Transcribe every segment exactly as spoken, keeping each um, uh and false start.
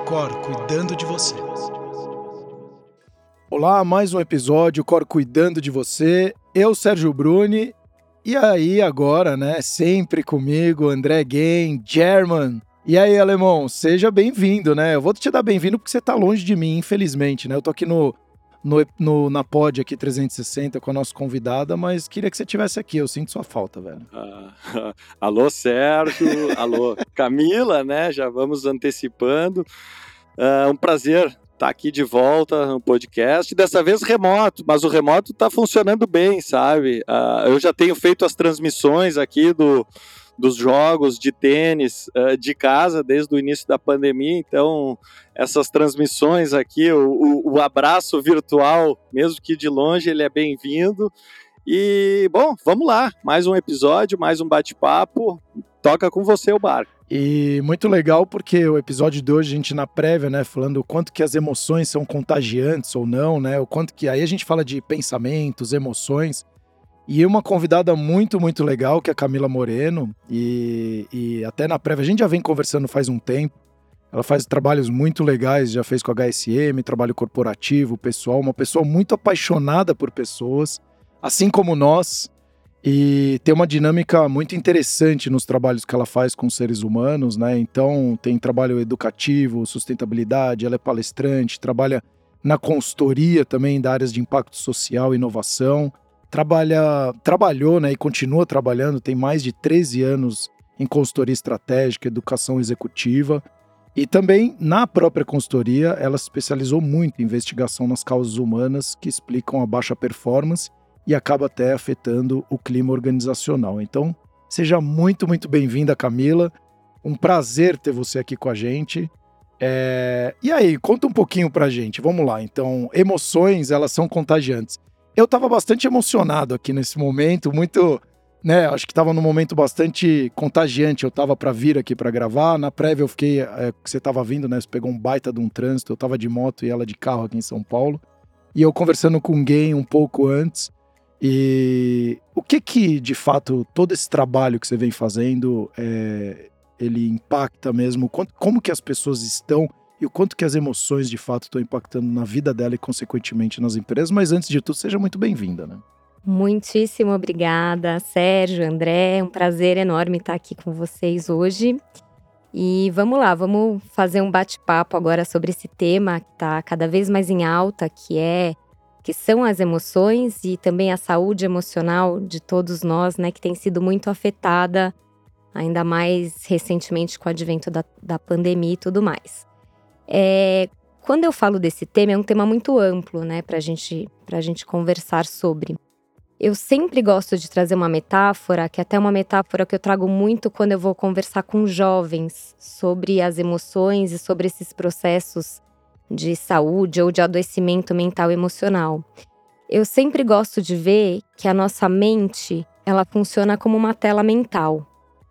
Cor cuidando de você. Olá, mais um episódio Cor cuidando de você. Eu, Sérgio Bruni, e aí agora, né, sempre comigo, André Gain, German. E aí, alemão, seja bem-vindo, né? Eu vou te dar bem-vindo porque você tá longe de mim, infelizmente, né? Eu tô aqui no, no, no, na pod aqui trezentos e sessenta com a nossa convidada, mas queria que você estivesse aqui, eu sinto sua falta, velho. Ah, alô, Sérgio, alô, Camila, né? Já vamos antecipando. É um prazer estar aqui de volta no podcast, dessa vez remoto, mas o remoto tá funcionando bem, sabe? Uh, eu já tenho feito as transmissões aqui do... dos jogos de tênis uh, de casa desde o início da pandemia, então essas transmissões aqui, o, o, o abraço virtual, mesmo que de longe, ele é bem-vindo. E, bom, vamos lá, mais um episódio, mais um bate-papo, toca com você o barco. E muito legal porque o episódio de hoje, a gente na prévia, né, falando o quanto que as emoções são contagiantes ou não, né, o quanto que aí a gente fala de pensamentos, emoções. E uma convidada muito, muito legal, que é a Camila Moreno, e, e até na prévia, a gente já vem conversando faz um tempo, ela faz trabalhos muito legais, já fez com a H S M, trabalho corporativo, pessoal, uma pessoa muito apaixonada por pessoas, assim como nós, e tem uma dinâmica muito interessante nos trabalhos que ela faz com seres humanos, né? Então tem trabalho educativo, sustentabilidade, ela é palestrante, trabalha na consultoria também da áreas de impacto social e inovação. Trabalha, trabalhou, né, e continua trabalhando, tem mais de treze anos em consultoria estratégica, educação executiva, e também na própria consultoria ela se especializou muito em investigação nas causas humanas que explicam a baixa performance e acaba até afetando o clima organizacional. Então, seja muito, muito bem-vinda, Camila, um prazer ter você aqui com a gente. É... E aí, conta um pouquinho pra gente, vamos lá. Então, emoções, elas são contagiantes. Eu estava bastante emocionado aqui nesse momento, muito, né, acho que estava num momento bastante contagiante, eu estava para vir aqui para gravar, na prévia eu fiquei, é, que você estava vindo, né, você pegou um baita de um trânsito, eu estava de moto e ela de carro aqui em São Paulo, e eu conversando com o Gay um pouco antes, e o que que, de fato, todo esse trabalho que você vem fazendo, é, ele impacta mesmo, como que as pessoas estão e o quanto que as emoções, de fato, estão impactando na vida dela e, consequentemente, nas empresas. Mas, antes de tudo, seja muito bem-vinda, né? Muitíssimo obrigada, Sérgio, André. É um prazer enorme estar aqui com vocês hoje. E vamos lá, vamos fazer um bate-papo agora sobre esse tema que está cada vez mais em alta, que, é, que são as emoções e também a saúde emocional de todos nós, né? Que tem sido muito afetada, ainda mais recentemente com o advento da, da pandemia e tudo mais. É, quando eu falo desse tema, é um tema muito amplo, né, pra gente, pra gente conversar sobre. Eu sempre gosto de trazer uma metáfora, que é até uma metáfora que eu trago muito quando eu vou conversar com jovens sobre as emoções e sobre esses processos de saúde ou de adoecimento mental e emocional. Eu sempre gosto de ver que a nossa mente, ela funciona como uma tela mental.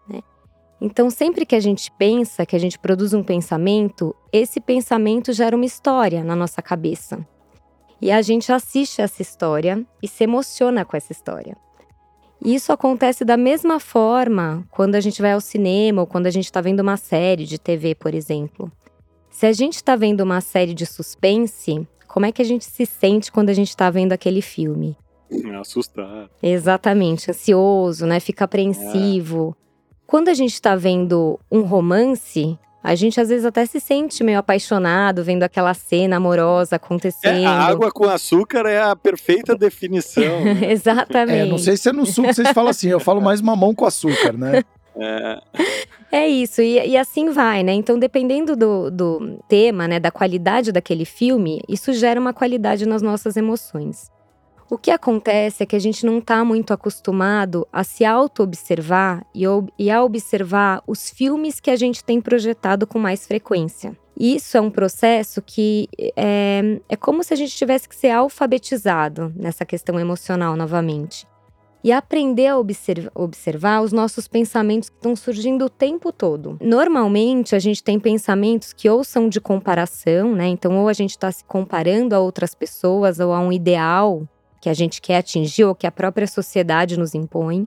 Então, sempre que a gente pensa, que a gente produz um pensamento, esse pensamento gera uma história na nossa cabeça. E a gente assiste essa história e se emociona com essa história. E isso acontece da mesma forma quando a gente vai ao cinema ou quando a gente está vendo uma série de T V, por exemplo. Se a gente está vendo uma série de suspense, como é que a gente se sente quando a gente está vendo aquele filme? Assustar. Exatamente, ansioso, né? Fica apreensivo. É. Quando a gente está vendo um romance, a gente às vezes até se sente meio apaixonado vendo aquela cena amorosa acontecendo. É, a água com açúcar é a perfeita definição. Né? Exatamente. É, não sei se é no sul que vocês falam assim, eu falo mais mamão com açúcar, né? É, é isso, e, e assim vai, né? Então, dependendo do, do tema, né, da qualidade daquele filme, isso gera uma qualidade nas nossas emoções. O que acontece é que a gente não está muito acostumado a se auto-observar e, e a observar os filmes que a gente tem projetado com mais frequência. Isso é um processo que é, é como se a gente tivesse que ser alfabetizado nessa questão emocional novamente. E aprender a observa, observar os nossos pensamentos que estão surgindo o tempo todo. Normalmente, a gente tem pensamentos que ou são de comparação, né? Então, ou a gente está se comparando a outras pessoas ou a um ideal que a gente quer atingir ou que a própria sociedade nos impõe.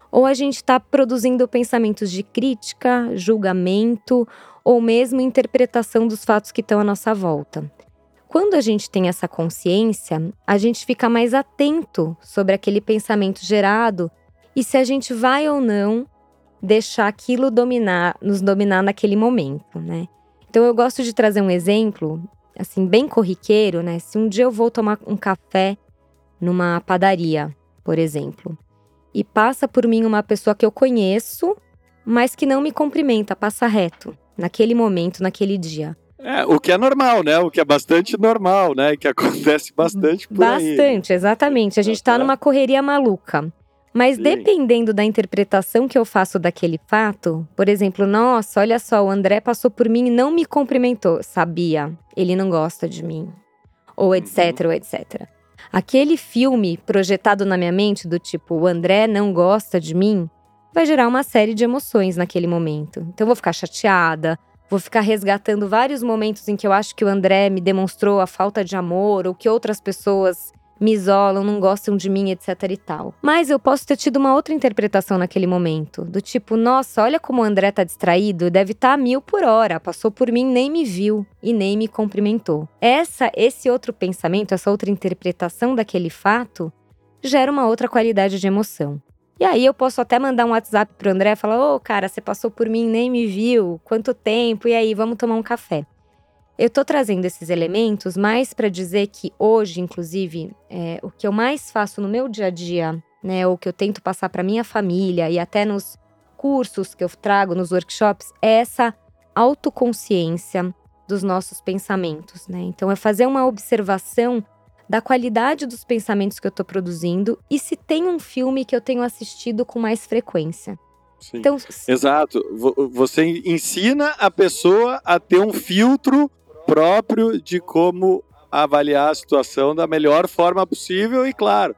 ou a gente está produzindo pensamentos de crítica, julgamento ou mesmo interpretação dos fatos que estão à nossa volta. Quando a gente tem essa consciência, a gente fica mais atento sobre aquele pensamento gerado e se a gente vai ou não deixar aquilo dominar, nos dominar naquele momento, né? Então eu gosto de trazer um exemplo, assim, bem corriqueiro, né? Se um dia eu vou tomar um café numa padaria, por exemplo, e passa por mim uma pessoa que eu conheço, mas que não me cumprimenta, passa reto, naquele momento, naquele dia. É, o que é normal, né? O que é bastante normal, né? E que acontece bastante por aí. Bastante, exatamente. A gente tá numa correria maluca. Mas Sim. dependendo da interpretação que eu faço daquele fato, por exemplo, nossa, olha só, o André passou por mim e não me cumprimentou. Sabia, ele não gosta de mim. Ou etc, uhum. ou etcétera. Aquele filme projetado na minha mente do tipo, o André não gosta de mim, vai gerar uma série de emoções naquele momento. Então eu vou ficar chateada, vou ficar resgatando vários momentos em que eu acho que o André me demonstrou a falta de amor, ou que outras pessoas me isolam, não gostam de mim, etc e tal. Mas eu posso ter tido uma outra interpretação naquele momento, do tipo, nossa, olha como o André tá distraído, deve estar tá a mil por hora, passou por mim, nem me viu e nem me cumprimentou. Essa, esse outro pensamento, essa outra interpretação daquele fato, gera uma outra qualidade de emoção. E aí eu posso até mandar um WhatsApp pro André e falar, ô, cara, você passou por mim, nem me viu, quanto tempo, e aí, vamos tomar um café. Eu tô trazendo esses elementos mais para dizer que hoje, inclusive, é, o que eu mais faço no meu dia a dia, né, ou que eu tento passar para minha família e até nos cursos que eu trago, nos workshops, é essa autoconsciência dos nossos pensamentos, né? Então, é fazer uma observação da qualidade dos pensamentos que eu tô produzindo e se tem um filme que eu tenho assistido com mais frequência. Sim. Então, exato. Você ensina a pessoa a ter um filtro próprio de como avaliar a situação da melhor forma possível e, claro,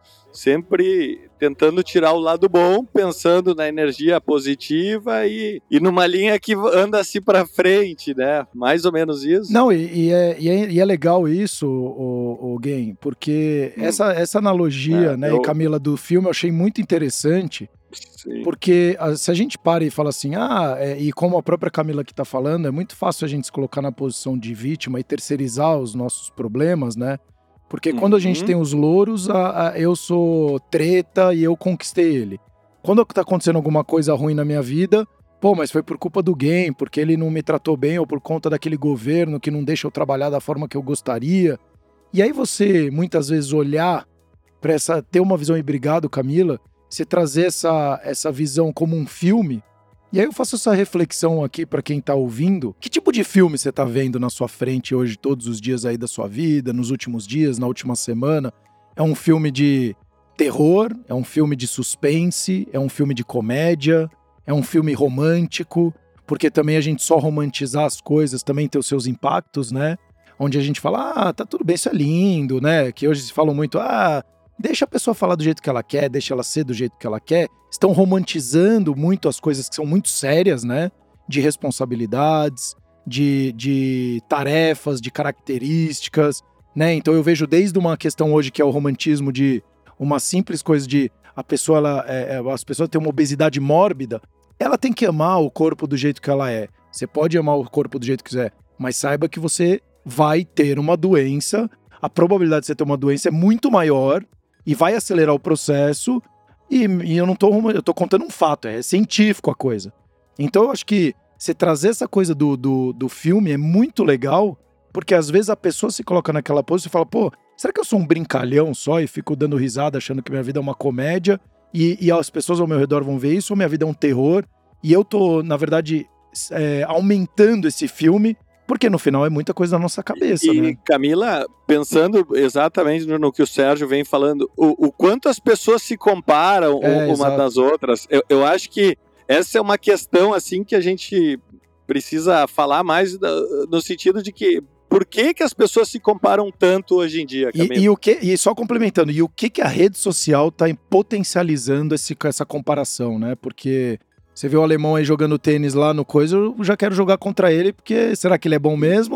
sempre tentando tirar o lado bom, pensando na energia positiva e, e numa linha que anda assim para frente, né? Mais ou menos isso. Não, e, e, é, e, é, e é legal isso, o, o Guen, porque hum. essa, essa analogia, é, né, eu... Camila, do filme eu achei muito interessante. Sim. Porque se a gente para e fala assim, ah, é, e como a própria Camila aqui tá falando, é muito fácil a gente se colocar na posição de vítima e terceirizar os nossos problemas, né? Porque uhum. quando a gente tem os louros, a, a, eu sou treta e eu conquistei ele. Quando tá acontecendo alguma coisa ruim na minha vida, pô, mas foi por culpa do Guen, porque ele não me tratou bem, ou por conta daquele governo que não deixa eu trabalhar da forma que eu gostaria. E aí você, muitas vezes, olhar pra essa, ter uma visão, e obrigado, Camila, você trazer essa, essa visão como um filme. E aí eu faço essa reflexão aqui para quem tá ouvindo. Que tipo de filme você tá vendo na sua frente hoje, todos os dias aí da sua vida, nos últimos dias, na última semana? É um filme de terror? É um filme de suspense? É um filme de comédia? É um filme romântico? Porque também a gente só romantizar as coisas também tem os seus impactos, né? Onde a gente fala, ah, tá tudo bem, isso é lindo, né? Que hoje se fala muito, ah... deixa a pessoa falar do jeito que ela quer, deixa ela ser do jeito que ela quer. Estão romantizando muito as coisas que são muito sérias, né? De responsabilidades, de, de tarefas, de características, né? Então eu vejo desde uma questão hoje que é o romantismo de uma simples coisa de a pessoa, ela, é, é, as pessoas têm uma obesidade mórbida, ela tem que amar o corpo do jeito que ela é. Você pode amar o corpo do jeito que quiser, mas saiba que você vai ter uma doença, a probabilidade de você ter uma doença é muito maior, e vai acelerar o processo, e, e eu não tô, eu tô contando um fato, é científico a coisa. Então eu acho que você trazer essa coisa do, do, do filme é muito legal, porque às vezes a pessoa se coloca naquela posição e fala, pô, será que eu sou um brincalhão só e fico dando risada achando que minha vida é uma comédia, e, e as pessoas ao meu redor vão ver isso, ou minha vida é um terror, e eu tô, na verdade, é, aumentando esse filme, porque no final é muita coisa na nossa cabeça, e, né? E Camila, pensando exatamente no, no que o Sérgio vem falando, o, o quanto as pessoas se comparam é, uma exato. das outras, eu, eu acho que essa é uma questão assim que a gente precisa falar mais no sentido de que por que, que as pessoas se comparam tanto hoje em dia, Camila? E, e, o que, e só complementando, e o que, que a rede social está potencializando esse, essa comparação, né? Porque... você vê o alemão aí jogando tênis lá no coisa, eu já quero jogar contra ele, porque será que ele é bom mesmo?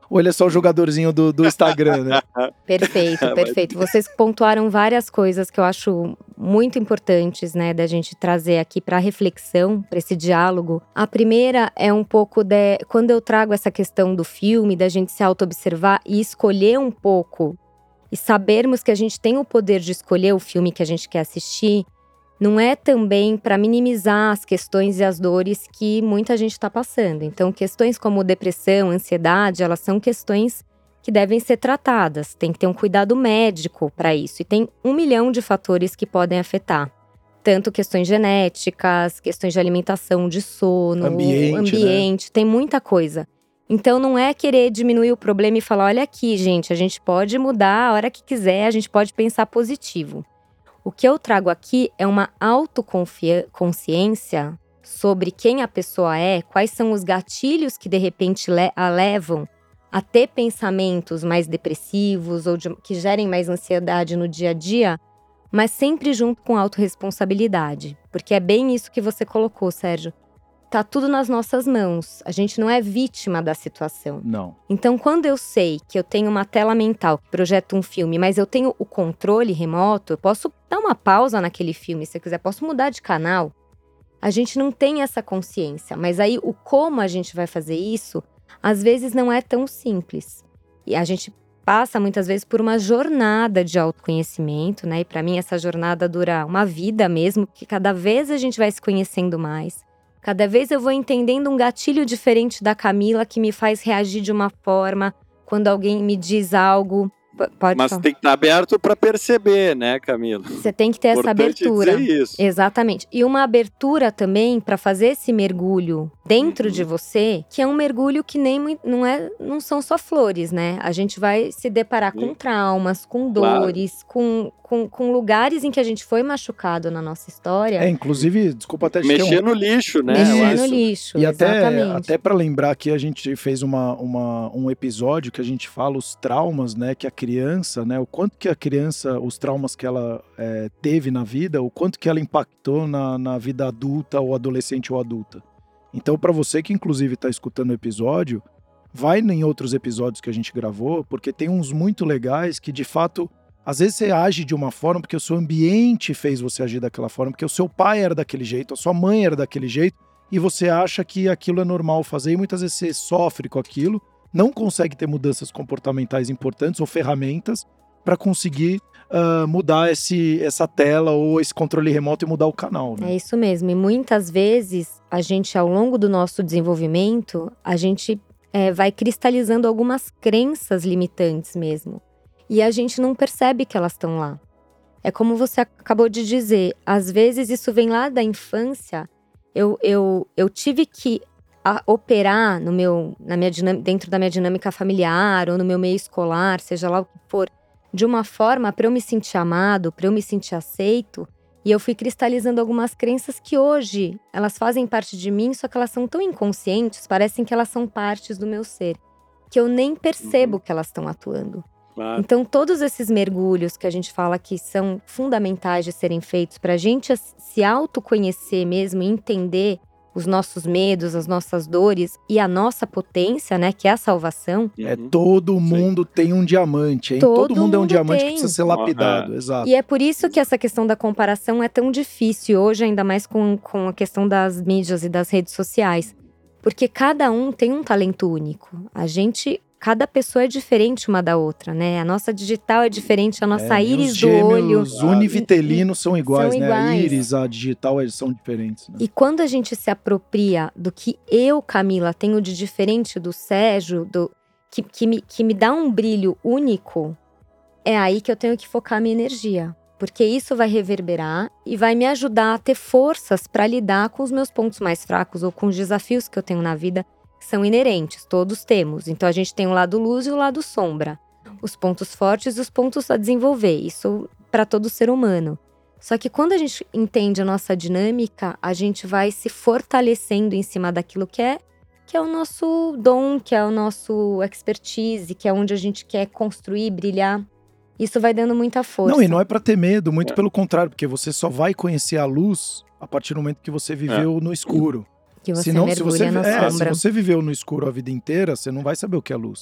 ou ele é só o jogadorzinho do, do Instagram, né? Perfeito, perfeito. Vocês pontuaram várias coisas que eu acho muito importantes, né, da gente trazer aqui para reflexão, para esse diálogo. A primeira é um pouco de quando eu trago essa questão do filme, da gente se auto-observar e escolher um pouco e sabermos que a gente tem o poder de escolher o filme que a gente quer assistir. Não é também para minimizar as questões e as dores que muita gente está passando. Então, questões como depressão, ansiedade, elas são questões que devem ser tratadas. Tem que ter um cuidado médico para isso. E tem um milhão de fatores que podem afetar. Tanto questões genéticas, questões de alimentação, de sono, ambiente, ambiente, né? Tem muita coisa. Então, não é querer diminuir o problema e falar, olha aqui, gente, a gente pode mudar a hora que quiser, a gente pode pensar positivo. O que eu trago aqui é uma autoconsciência sobre quem a pessoa é, quais são os gatilhos que de repente a levam a ter pensamentos mais depressivos ou de, que gerem mais ansiedade no dia a dia, mas sempre junto com autorresponsabilidade. Porque é bem isso que você colocou, Sérgio. Tá tudo nas nossas mãos. A gente não é vítima da situação. Não. Então, quando eu sei que eu tenho uma tela mental que projeta um filme, mas eu tenho o controle remoto, eu posso dar uma pausa naquele filme, se eu quiser, posso mudar de canal. A gente não tem essa consciência, mas aí o como a gente vai fazer isso, às vezes não é tão simples. E a gente passa muitas vezes por uma jornada de autoconhecimento, né? E para mim essa jornada dura uma vida mesmo, porque cada vez a gente vai se conhecendo mais. Cada vez eu vou entendendo um gatilho diferente da Camila que me faz reagir de uma forma quando alguém me diz algo. Pode Mas falar. Tem que estar aberto para perceber, né, Camila? Você tem que ter essa abertura. Dizer isso. Exatamente. E uma abertura também para fazer esse mergulho dentro uhum. de você, que é um mergulho que nem não é, não são só flores, né? A gente vai se deparar Sim. com traumas, com dores, claro. com, com, com lugares em que a gente foi machucado na nossa história. É, inclusive, desculpa até mexer um... no lixo, né? Mexer no lixo. E exatamente. até, até para lembrar que a gente fez uma, uma, um episódio que a gente fala os traumas, né? Que a criança, né? O quanto que a criança, os traumas que ela é, teve na vida, o quanto que ela impactou na, na vida adulta ou adolescente ou adulta. Então, para você que inclusive está escutando o episódio, vai em outros episódios que a gente gravou, porque tem uns muito legais que, de fato, às vezes você age de uma forma porque o seu ambiente fez você agir daquela forma, porque o seu pai era daquele jeito, a sua mãe era daquele jeito, e você acha que aquilo é normal fazer, e muitas vezes você sofre com aquilo, não consegue ter mudanças comportamentais importantes ou ferramentas para conseguir uh, mudar esse, essa tela ou esse controle remoto e mudar o canal. Né? É isso mesmo. E muitas vezes, a gente, ao longo do nosso desenvolvimento, a gente é, vai cristalizando algumas crenças limitantes mesmo. E a gente não percebe que elas estão lá. É como você acabou de dizer, às vezes isso vem lá da infância. Eu, eu, eu tive que a operar no meu, na minha dinâmica, dentro da minha dinâmica familiar ou no meu meio escolar, seja lá o que for, de uma forma para eu me sentir amado, para eu me sentir aceito. E eu fui cristalizando algumas crenças que hoje elas fazem parte de mim, só que elas são tão inconscientes, parecem que elas são partes do meu ser, que eu nem percebo que elas estão atuando. Claro. Então, todos esses mergulhos que a gente fala que são fundamentais de serem feitos para a gente se autoconhecer mesmo e entender os nossos medos, as nossas dores e a nossa potência, né, que é a salvação. É, todo mundo Sim. tem um diamante, hein? Todo, todo mundo é um diamante tem. que precisa ser lapidado, uhum. exato. E é por isso que essa questão da comparação é tão difícil hoje, ainda mais com, com a questão das mídias e das redes sociais. Porque cada um tem um talento único. A gente... Cada pessoa é diferente uma da outra, né? A nossa digital é diferente, a nossa é, íris os do olho. Os univitelinos são iguais, são né? iguais. A íris, a digital são diferentes. Né? E quando a gente se apropria do que eu, Camila, tenho de diferente do Sérgio, do, que, que, me, que me dá um brilho único, é aí que eu tenho que focar a minha energia. Porque isso vai reverberar e vai me ajudar a ter forças para lidar com os meus pontos mais fracos ou com os desafios que eu tenho na vida, que são inerentes, todos temos. Então a gente tem o lado luz e o lado sombra. Os pontos fortes e os pontos a desenvolver. Isso para todo ser humano. Só que quando a gente entende a nossa dinâmica, a gente vai se fortalecendo em cima daquilo que é, que é o nosso dom, que é o nosso expertise, que é onde a gente quer construir, brilhar. Isso vai dando muita força. Não, e não é para ter medo, muito é. pelo contrário, porque você só vai conhecer a luz a partir do momento que você viveu é. no escuro. Que você Senão, mergulha se você, na é, sombra. Se você viveu no escuro a vida inteira, você não vai saber o que é luz.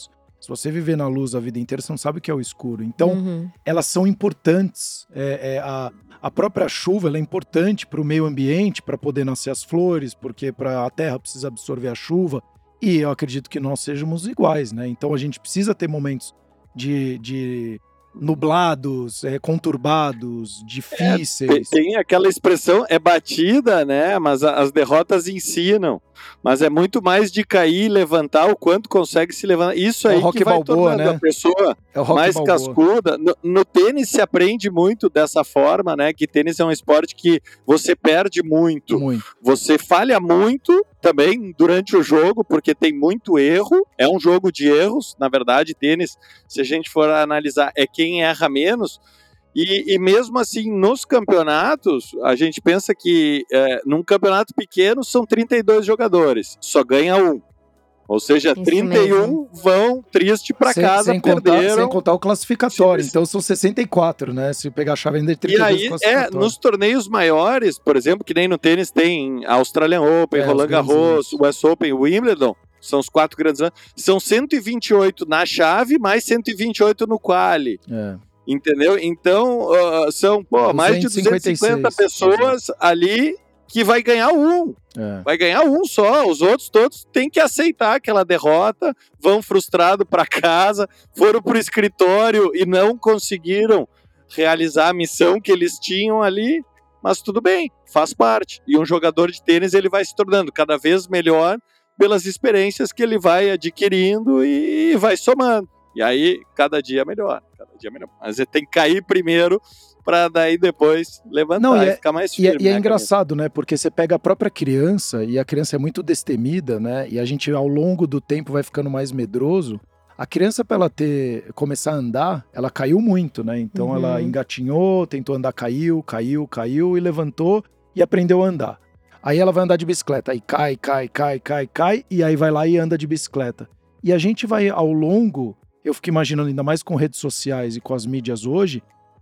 Se você viver na luz a vida inteira, você não sabe o que é o escuro. Então, Uhum. elas são importantes. É, é, a, a própria chuva ela é importante para o meio ambiente, para poder nascer as flores, porque pra, a terra precisa absorver a chuva. E eu acredito que nós sejamos iguais, né? Então, a gente precisa ter momentos de... de nublados, é, conturbados, difíceis. É, tem aquela expressão, é batida, né? Mas a, as derrotas ensinam. Mas é muito mais de cair e levantar o quanto consegue se levantar. Isso aí é que vai Balboa, tornando né? a pessoa é mais Balboa. cascuda. No, no tênis se aprende muito dessa forma, né? Que tênis é um esporte que você perde muito. Muito. Você falha muito também durante o jogo, porque tem muito erro. É um jogo de erros. Na verdade, tênis, se a gente for analisar, é quem erra menos. E, e mesmo assim, nos campeonatos, a gente pensa que é, num campeonato pequeno são trinta e dois jogadores, só ganha um. Ou seja, Isso trinta e um mesmo. vão triste para Sem- casa, sem contar, perderam. sem contar o classificatório. Sim, Então são sessenta e quatro, né? Se pegar a chave ainda de E trinta e dois aí, é, classificatório. nos torneios maiores, por exemplo, que nem no tênis tem Australian Open, É, os Roland grandes Garros, slams. West Open, Wimbledon, são os quatro grandes slams. São cento e vinte e oito na chave, mais cento e vinte e oito no quali. É. Entendeu? Então, uh, são pô, mais de duzentas e cinquenta duzentos e cinquenta e seis, pessoas ali que vai ganhar um. É. Vai ganhar um só. Os outros todos têm que aceitar aquela derrota, vão frustrados para casa, foram para o escritório e não conseguiram realizar a missão que eles tinham ali. Mas tudo bem, faz parte. E um jogador de tênis ele vai se tornando cada vez melhor pelas experiências que ele vai adquirindo e vai somando. E aí, cada dia melhor, cada dia melhor. Mas você tem que cair primeiro para daí depois levantar Não, e e é- ficar mais E firme. é, e é né, engraçado, né? Porque você pega a própria criança e a criança é muito destemida, né? E a gente, ao longo do tempo, vai ficando mais medroso. A criança, para ela ter, começar a andar, ela caiu muito, né? Então Uhum. ela engatinhou, tentou andar, caiu, caiu, caiu e levantou e aprendeu a andar. Aí ela vai andar de bicicleta, aí cai, cai, cai, cai, cai, e aí vai lá e anda de bicicleta. E a gente vai ao longo, eu fico imaginando ainda mais com redes sociais e com as mídias hoje,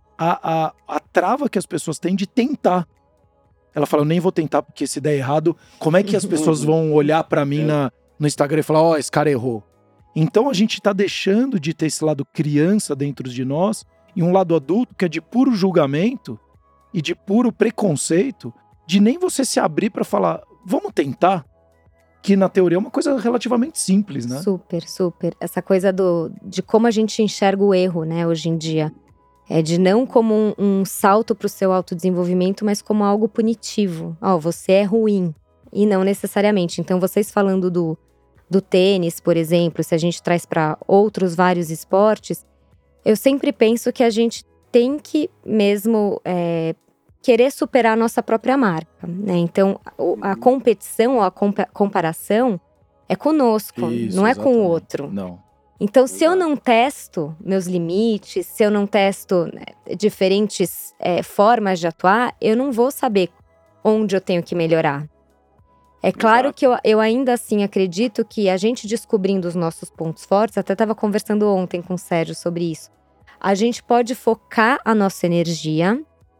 a, a, a trava que as pessoas têm de tentar. Ela fala, eu nem vou tentar, porque se der errado, como é que as pessoas vão olhar pra mim na, no Instagram e falar, ó, oh, esse cara errou. Então a gente tá deixando de ter esse lado criança dentro de nós e um lado adulto que é de puro julgamento e de puro preconceito, de nem você se abrir pra falar, vamos tentar? Que na teoria é uma coisa relativamente simples, né? Super, super. Essa coisa do, de como a gente enxerga o erro, né, hoje em dia. É de não como um, um salto para o seu autodesenvolvimento, mas como algo punitivo. Ó, você é ruim. E não necessariamente. Então, vocês falando do, do tênis, por exemplo, se a gente traz para outros vários esportes, eu sempre penso que a gente tem que mesmo é, querer superar a nossa própria marca, né? Então, a, a competição ou a compa- comparação é conosco, Isso, não é com o exatamente. outro. Não. Então, se eu não testo meus limites, se eu não testo né, diferentes é, formas de atuar, eu não vou saber onde eu tenho que melhorar. É claro Exato. que eu, eu ainda assim acredito que a gente descobrindo os nossos pontos fortes, até estava conversando ontem com o Sérgio sobre isso, a gente pode focar a nossa energia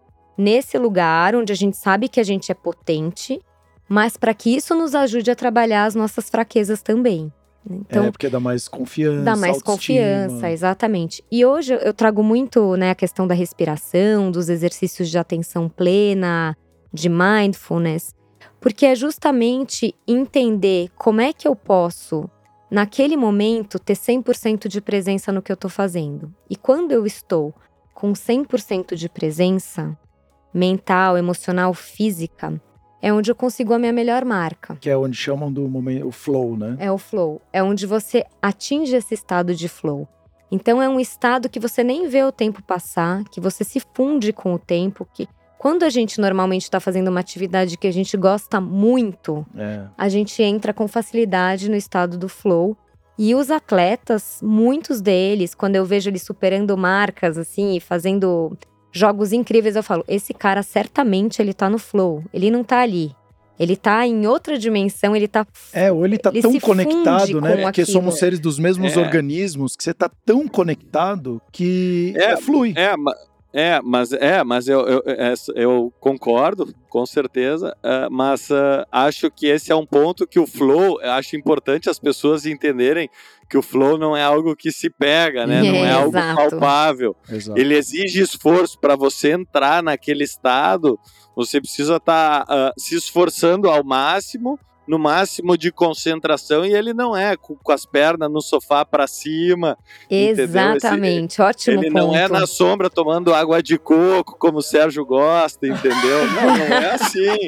nesse lugar onde a gente sabe que a gente é potente, mas para que isso nos ajude a trabalhar as nossas fraquezas também. Então, é, porque dá mais confiança, dá mais autoestima. confiança, exatamente. E hoje eu trago muito, né, a questão da respiração, dos exercícios de atenção plena, de mindfulness, porque é justamente entender como é que eu posso, naquele momento, ter cem por cento de presença no que eu tô fazendo. E quando eu estou com cem por cento de presença mental, emocional, física, é onde eu consigo a minha melhor marca. Que é onde chamam do momento, o flow, né? É o flow. É onde você atinge esse estado de flow. Então é um estado que você nem vê o tempo passar, que você se funde com o tempo, que quando a gente normalmente está fazendo uma atividade que a gente gosta muito, É. a gente entra com facilidade no estado do flow. E os atletas, muitos deles, quando eu vejo eles superando marcas, assim, e fazendo jogos incríveis, eu falo, esse cara certamente ele tá no flow, ele não tá ali. Ele tá em outra dimensão, ele tá… É, ou ele tá Ele tão se conectado, funde né? com Porque aquilo. somos seres dos mesmos É. organismos, que você tá tão conectado que É, flui. É, ma- É, mas, é, mas eu, eu, eu concordo, com certeza, uh, mas uh, acho que esse é um ponto que o flow, acho importante as pessoas entenderem que o flow não é algo que se pega, né? É, não é algo exato. palpável. Exato. Ele exige esforço para você entrar naquele estado, você precisa estar tá, uh, se esforçando ao máximo, no máximo de concentração, e ele não é com, com as pernas no sofá para cima. Exatamente, Esse, ótimo ele ponto. Ele não é na sombra tomando água de coco, como o Sérgio gosta, entendeu? Não, não é assim.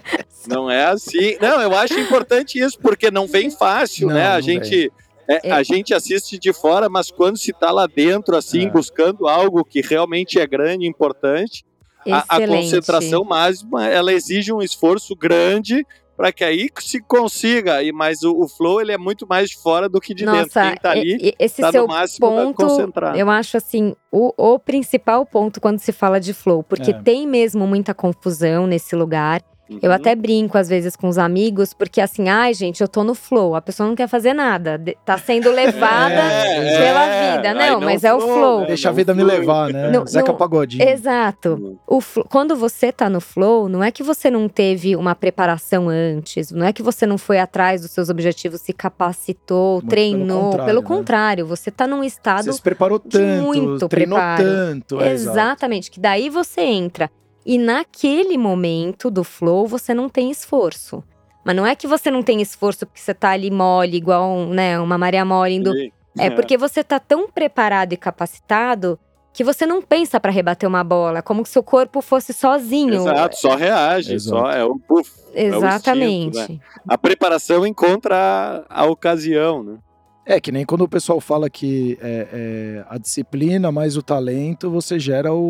Não é assim. Não, eu acho importante isso, porque não vem fácil, não, né? A não gente... É, é. A gente assiste de fora, mas quando se está lá dentro, assim, é. buscando algo que realmente é grande e importante, a, a concentração máxima, ela exige um esforço grande para que aí se consiga, mas o, o flow ele é muito mais de fora do que de Nossa, dentro. Quem tá ali esse tá seu no máximo ponto, concentrado. Eu acho assim, o, o principal ponto quando se fala de flow, porque é. tem mesmo muita confusão nesse lugar. Uhum. Eu até brinco às vezes com os amigos, porque assim, ai gente, eu tô no flow, a pessoa não quer fazer nada, tá sendo levada é, pela é, vida. Não, não, mas flow, é o flow. Né? Deixa a vida flow. me levar, né? No, Zeca no, Pagodinho. Exato. Uhum. O flow, quando você tá no flow, não é que você não teve uma preparação antes, não é que você não foi atrás dos seus objetivos, se capacitou, muito treinou. Pelo contrário, pelo né? contrário, você tá num estado você se preparou de tanto, muito treinou preparo. tanto. É, exatamente, que daí você entra. E naquele momento do flow, você não tem esforço. Mas não é que você não tem esforço porque você tá ali mole, igual né, uma Maria mole indo. Sim. É porque você tá tão preparado e capacitado que você não pensa pra rebater uma bola. Como se seu corpo fosse sozinho. Exato, só reage. Exato. Só é um puff. Exatamente. É o instinto, né? A preparação encontra a, a ocasião, né? É, que nem quando o pessoal fala que é, é, a disciplina mais o talento, você gera o...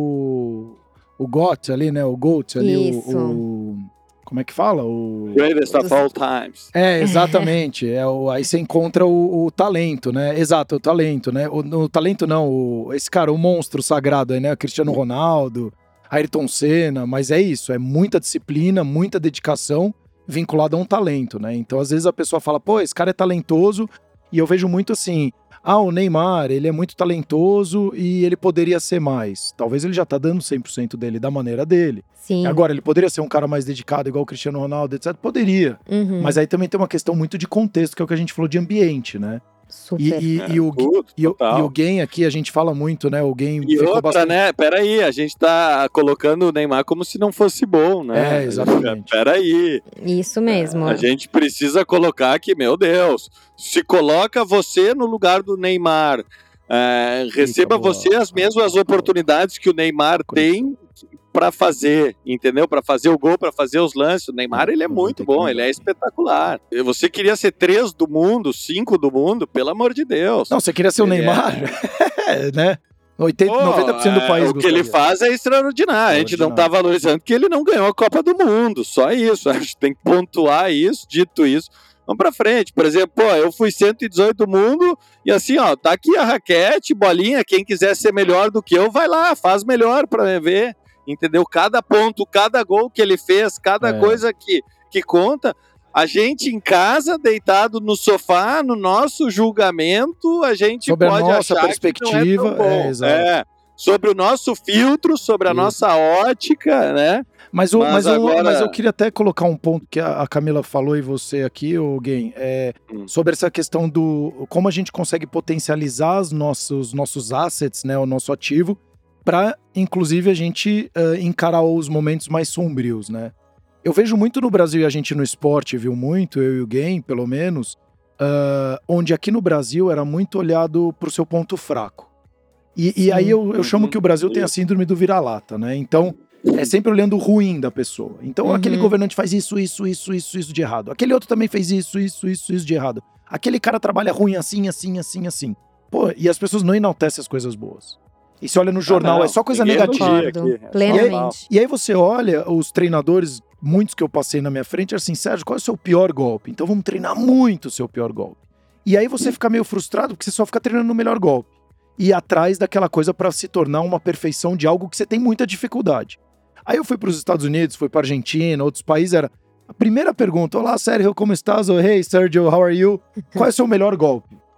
o... O G O T ali, né? O GOAT ali, o, o... Como é que fala? O... Greatest of all times. É, exatamente. é o... Aí você encontra o, o talento, né? Exato, o talento, né? O, o talento não, o... esse cara, o monstro sagrado aí, né? Cristiano Ronaldo, Ayrton Senna, mas é isso, é muita disciplina, muita dedicação vinculada a um talento, né? Então, às vezes a pessoa fala, pô, esse cara é talentoso, e eu vejo muito assim... Ah, o Neymar, ele é muito talentoso e ele poderia ser mais. Talvez ele já tá dando cem por cento dele da maneira dele. Sim. Agora, ele poderia ser um cara mais dedicado, igual o Cristiano Ronaldo, etcétera. Poderia. Uhum. Mas aí também tem uma questão muito de contexto, que é o que a gente falou de ambiente, né? Super. E, e, é, e, o, tudo, e, o, e o Game aqui, a gente fala muito, né? O Game e ficou outra, bastante... né? Peraí, a gente tá colocando o Neymar como se não fosse bom, né? É, exatamente. Peraí. Isso mesmo. É, a gente precisa colocar que, meu Deus, se coloca você no lugar do Neymar, é, receba boa. você as mesmas oportunidades que o Neymar tem para fazer, entendeu? Para fazer o gol, para fazer os lances. O Neymar, ele é muito bom, ele é espetacular. Você queria ser três do mundo, cinco do mundo, pelo amor de Deus. Não, você queria ser o ele Neymar? É, né? oitenta, oh, noventa por cento do país é, o que ele faz é extraordinário. A gente não tá valorizando que ele não ganhou a Copa do Mundo. Só isso. A gente tem que pontuar isso. Dito isso, vamos pra frente. Por exemplo, pô, eu fui cento e dezoito do mundo e assim, ó, tá aqui a raquete, bolinha. Quem quiser ser melhor do que eu, vai lá, faz melhor pra ver. Entendeu? Cada ponto, cada gol que ele fez, cada é. coisa que, que conta. A gente em casa, deitado no sofá, no nosso julgamento, a gente sobre pode a nossa achar perspectiva, que não é tão bom. É, exato. É, sobre o nosso filtro, sobre a Isso. nossa ótica, né? Mas, o, mas, mas, agora... eu, mas eu queria até colocar um ponto que a Camila falou e você aqui, o Guen, é, hum. sobre essa questão do como a gente consegue potencializar os nossos, nossos assets, né, o nosso ativo, para, inclusive, a gente uh, encarar os momentos mais sombrios, né? Eu vejo muito no Brasil, e a gente no esporte viu muito, eu e o Game, pelo menos, uh, onde aqui no Brasil era muito olhado pro seu ponto fraco. E, e aí eu, eu chamo que o Brasil tem a síndrome do vira-lata, né? Então, é sempre olhando o ruim da pessoa. Então, uhum. aquele governante faz isso, isso, isso, isso, isso de errado. Aquele outro também fez isso, isso, isso, isso de errado. Aquele cara trabalha ruim assim, assim, assim, assim. Pô, e as pessoas não enaltecem as coisas boas. E você olha no jornal, ah, não, é só coisa negativa. Aqui, é plenamente. E aí, e aí você olha os treinadores, muitos que eu passei na minha frente, assim, Sérgio, qual é o seu pior golpe? Então vamos treinar muito o seu pior golpe. E aí você fica meio frustrado porque você só fica treinando no melhor golpe. E atrás daquela coisa para se tornar uma perfeição de algo que você tem muita dificuldade. Aí eu fui para os Estados Unidos, fui para Argentina, outros países, era a primeira pergunta, olá Sérgio, como estás? Oh, hey Sérgio, how are you? Qual é o seu melhor golpe?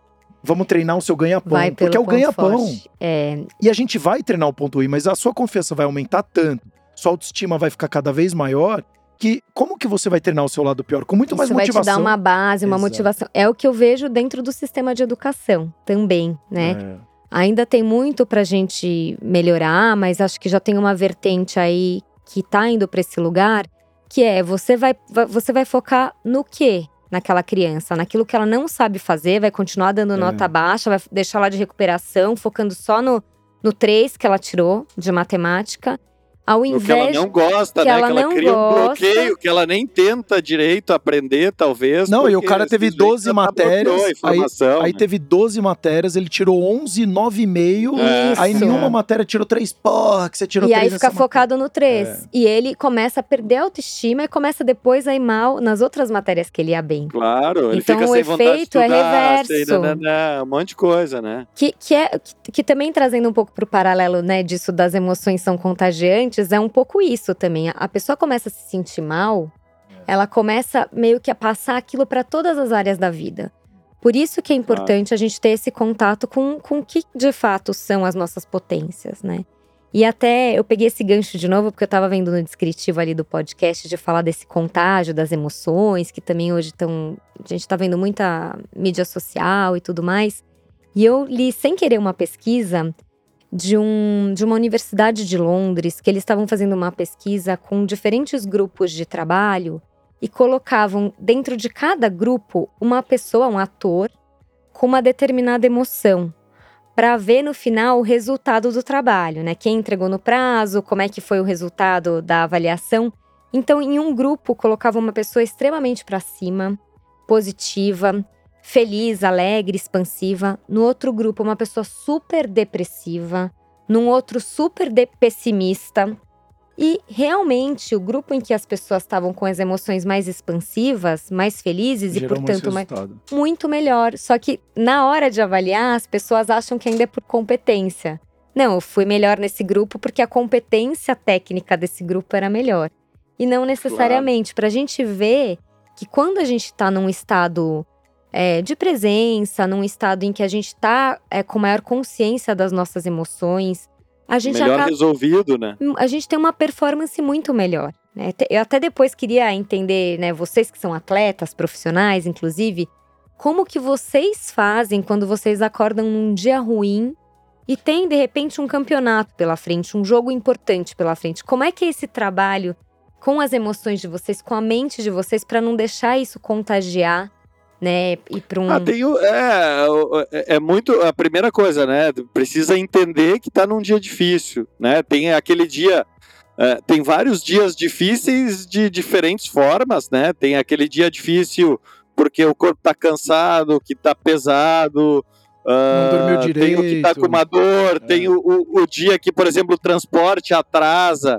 vamos treinar o seu ganha-pão, Vai pelo porque é o ponto ganha-pão. forte. É, E a gente vai treinar o ponto I, mas a sua confiança vai aumentar tanto, sua autoestima vai ficar cada vez maior, que como que você vai treinar o seu lado pior? Com muito isso mais vai motivação. te dar uma base, uma Exato. motivação. É o que eu vejo dentro do sistema de educação também, né? É. Ainda tem muito pra gente melhorar, mas acho que já tem uma vertente aí que tá indo pra esse lugar, que é você vai, vai- você vai focar no quê naquela criança? Naquilo que ela não sabe fazer, vai continuar dando É. nota baixa, vai deixar lá de recuperação, focando só no, no três que ela tirou de matemática. Ao O que ela invés não gosta, que né? ela que ela não cria gosta. um bloqueio, que ela nem tenta direito aprender, talvez. Não, e o porque cara teve simplesmente doze já tá matérias, bloqueou a informação, Aí né? teve doze matérias, ele tirou onze, nove vírgula cinco. É. Aí Isso. nenhuma matéria tirou três. Porra, que você tirou E três aí fica nessa focado no três. É. E ele começa a perder a autoestima e começa depois a ir mal nas outras matérias que ele ia bem. Claro, ele Então, fica o sem vontade de efeito é estudar, sem reverso. nananã, um monte de coisa, né? Que, que, é, que, que também trazendo um pouco pro paralelo, né, disso das emoções são contagiantes, é um pouco isso também. A pessoa começa a se sentir mal, ela começa meio que a passar aquilo para todas as áreas da vida. Por isso que é importante a gente ter esse contato com, com o que de fato são as nossas potências, né? E até eu peguei esse gancho de novo, porque eu tava vendo no descritivo ali do podcast de falar desse contágio das emoções, que também hoje estão. A gente tá vendo muita mídia social e tudo mais. E eu li sem querer uma pesquisa de, um, de uma universidade de Londres, que eles estavam fazendo uma pesquisa com diferentes grupos de trabalho e colocavam dentro de cada grupo uma pessoa, um ator, com uma determinada emoção, para ver no final o resultado do trabalho, né? Quem entregou no prazo, como é que foi o resultado da avaliação. Então, em um grupo, colocava uma pessoa extremamente para cima, positiva, feliz, alegre, expansiva. No outro grupo, uma pessoa super depressiva. Num outro, super de- pessimista. E, realmente, o grupo em que as pessoas estavam com as emoções mais expansivas, mais felizes e, Gerou muito portanto, mais, resultado. muito melhor. Só que, na hora de avaliar, as pessoas acham que ainda é por competência. Não, eu fui melhor nesse grupo porque a competência técnica desse grupo era melhor. E não necessariamente. Para a gente ver que quando a gente está num estado é, de presença, num estado em que a gente está é, com maior consciência das nossas emoções, a gente Melhor acaba, resolvido, né? a gente tem uma performance muito melhor, né? Te- Eu até depois queria entender, né, vocês que são atletas, profissionais, inclusive, como que vocês fazem quando vocês acordam num dia ruim e tem, de repente, um campeonato pela frente, um jogo importante pela frente. Como é que é esse trabalho com as emoções de vocês, com a mente de vocês, para não deixar isso contagiar, né, e para um... Ah, tem o, é, o- é, é muito a primeira coisa, né? Precisa entender que tá num dia difícil, né? Tem aquele dia, é, tem vários dias difíceis de diferentes formas, né? Tem aquele dia difícil porque o corpo tá cansado, que tá pesado, ah, Não dormiu tem o que tá direito. com uma dor, É. tem o, o, o dia que, por exemplo, o transporte atrasa.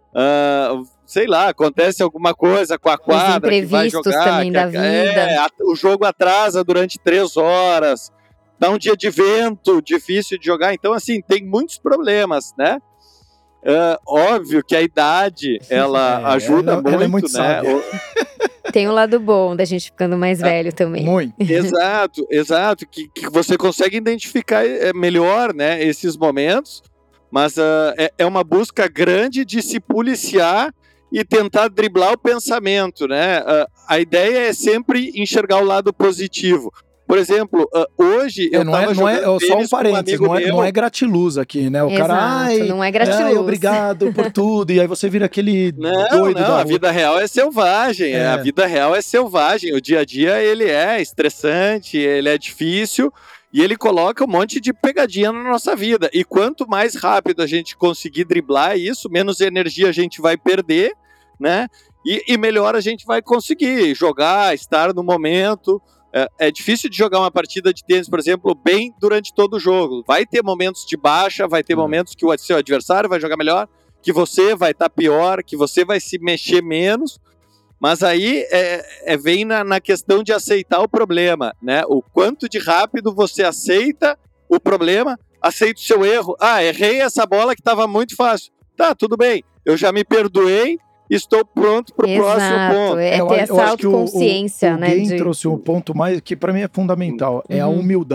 ah, sei lá, acontece alguma coisa com a quadra que vai imprevistos jogar. também que da a- vida. É, a- o jogo atrasa durante três horas, dá um dia de vento, difícil de jogar. Então, assim, tem muitos problemas, né? É, óbvio que a idade, ela É, ajuda ela- muito, ela é muito né? sábia. O- Tem o lado bom da gente ficando mais velho também. Muito. Exato, exato, que, que você consegue identificar é, melhor, né, esses momentos, mas ah, é, é uma busca grande de se policiar e tentar driblar o pensamento, né? Ah, a ideia é sempre enxergar o lado positivo. Por exemplo, ah, hoje É, eu não tava é, não é, jogando só um tênis com parênteses, amigo não é, meu. não é gratiluz aqui, né? O cara, Exato, ai, não é gratiluz. ai, obrigado por tudo. E aí você vira aquele Não, doido não, da a rua. vida real é selvagem, É. a vida real é selvagem, o dia a dia ele é estressante, ele é difícil e ele coloca um monte de pegadinha na nossa vida, e quanto mais rápido a gente conseguir driblar isso, menos energia a gente vai perder, né, e, e melhor a gente vai conseguir jogar, estar no momento. É, é difícil de jogar uma partida de tênis, por exemplo, bem durante todo o jogo, vai ter momentos de baixa, vai ter É. momentos que o seu adversário vai jogar melhor, que você vai estar pior, que você vai se mexer menos, mas aí é, é, vem na, na questão de aceitar o problema, né? O quanto de rápido você aceita o problema, aceita o seu erro. Ah, errei essa bola que estava muito fácil. Tá, tudo bem, eu já me perdoei, estou pronto para o próximo Exato, ponto. é Eu ter acho- essa eu acho que o- autoconsciência, o, o né? Guen de- trouxe um ponto mais que para mim é fundamental, é a Uhum. humildade.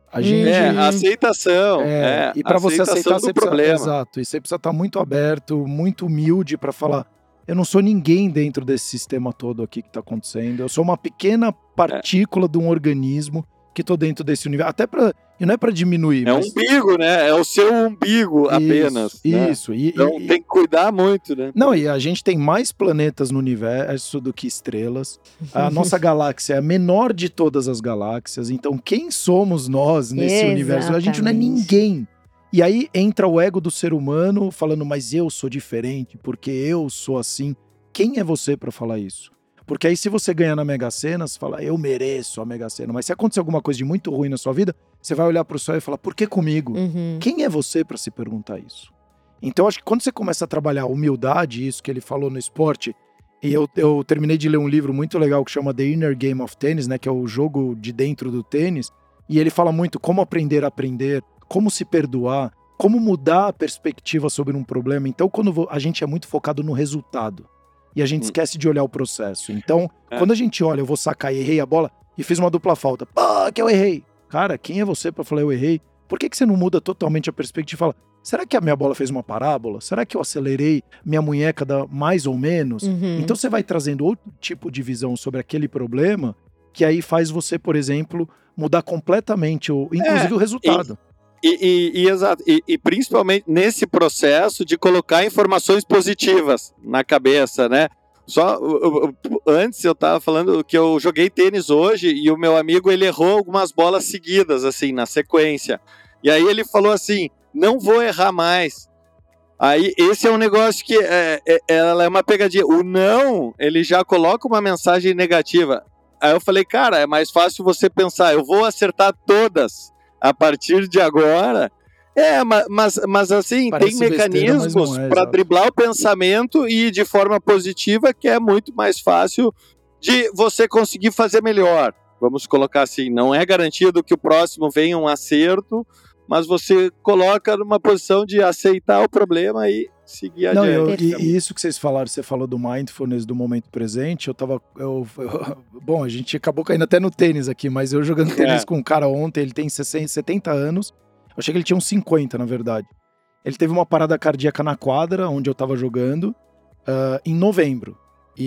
A gente, É, a aceitação. É, é, e para você aceitar, do você problema. precisa, exato, e você precisa estar muito aberto, muito humilde para falar, eu não sou ninguém dentro desse sistema todo aqui que está acontecendo, eu sou uma pequena partícula é. de um organismo que tô dentro desse universo, até para, e não é para diminuir. É mas... um umbigo, né? É o seu umbigo isso, apenas. Isso. Né? E, então e, tem que cuidar muito, né? Não, e a gente tem mais planetas no universo do que estrelas. A nossa galáxia é a menor de todas as galáxias. Então quem somos nós nesse Exatamente. universo? A gente não é ninguém. E aí entra o ego do ser humano falando, mas eu sou diferente, porque eu sou assim. Quem é você para falar isso? Porque aí se você ganhar na Mega Sena, você fala, eu mereço a Mega Sena. Mas se acontecer alguma coisa de muito ruim na sua vida, você vai olhar pro céu e falar, por que comigo? Uhum. Quem é você para se perguntar isso? Então acho que quando você começa a trabalhar a humildade, isso que ele falou no esporte, e eu, eu terminei de ler um livro muito legal que chama The Inner Game of Tennis, né, que é o jogo de dentro do tênis, e ele fala muito como aprender a aprender, como se perdoar, como mudar a perspectiva sobre um problema. Então quando a gente é muito focado no resultado, e a gente hum. esquece de olhar o processo. Então, é. quando a gente olha, eu vou sacar e errei a bola, e fiz uma dupla falta, pá, que eu errei. Cara, quem é você para falar eu errei? Por que, que você não muda totalmente a perspectiva e fala, será que a minha bola fez uma parábola? Será que eu acelerei minha munheca da mais ou menos? Uhum. Então você vai trazendo outro tipo de visão sobre aquele problema, que aí faz você, por exemplo, mudar completamente, o, inclusive é, o resultado. E, e, e, exato, e, e principalmente nesse processo de colocar informações positivas na cabeça, né? Só antes eu tava falando que eu joguei tênis hoje e o meu amigo ele errou algumas bolas seguidas, assim, na sequência. E aí ele falou assim, não vou errar mais. Aí esse é um negócio que é, é, ela é uma pegadinha. O não, ele já coloca uma mensagem negativa. Aí eu falei, cara, é mais fácil você pensar, eu vou acertar todas a partir de agora. É, mas, mas assim, parece tem mecanismos é, para driblar o pensamento e de forma positiva que é muito mais fácil de você conseguir fazer melhor. Vamos colocar assim, não é garantido que o próximo venha um acerto, mas você coloca numa posição de aceitar o problema e seguir não, adiante. Eu, e, e isso que vocês falaram, você falou do mindfulness, do momento presente, eu tava... Eu, eu, bom, a gente acabou caindo até no tênis aqui, mas eu jogando tênis é. com um cara ontem, ele tem sessenta, setenta anos, eu achei que ele tinha uns cinquenta, na verdade. Ele teve uma parada cardíaca na quadra, onde eu tava jogando, uh, em novembro.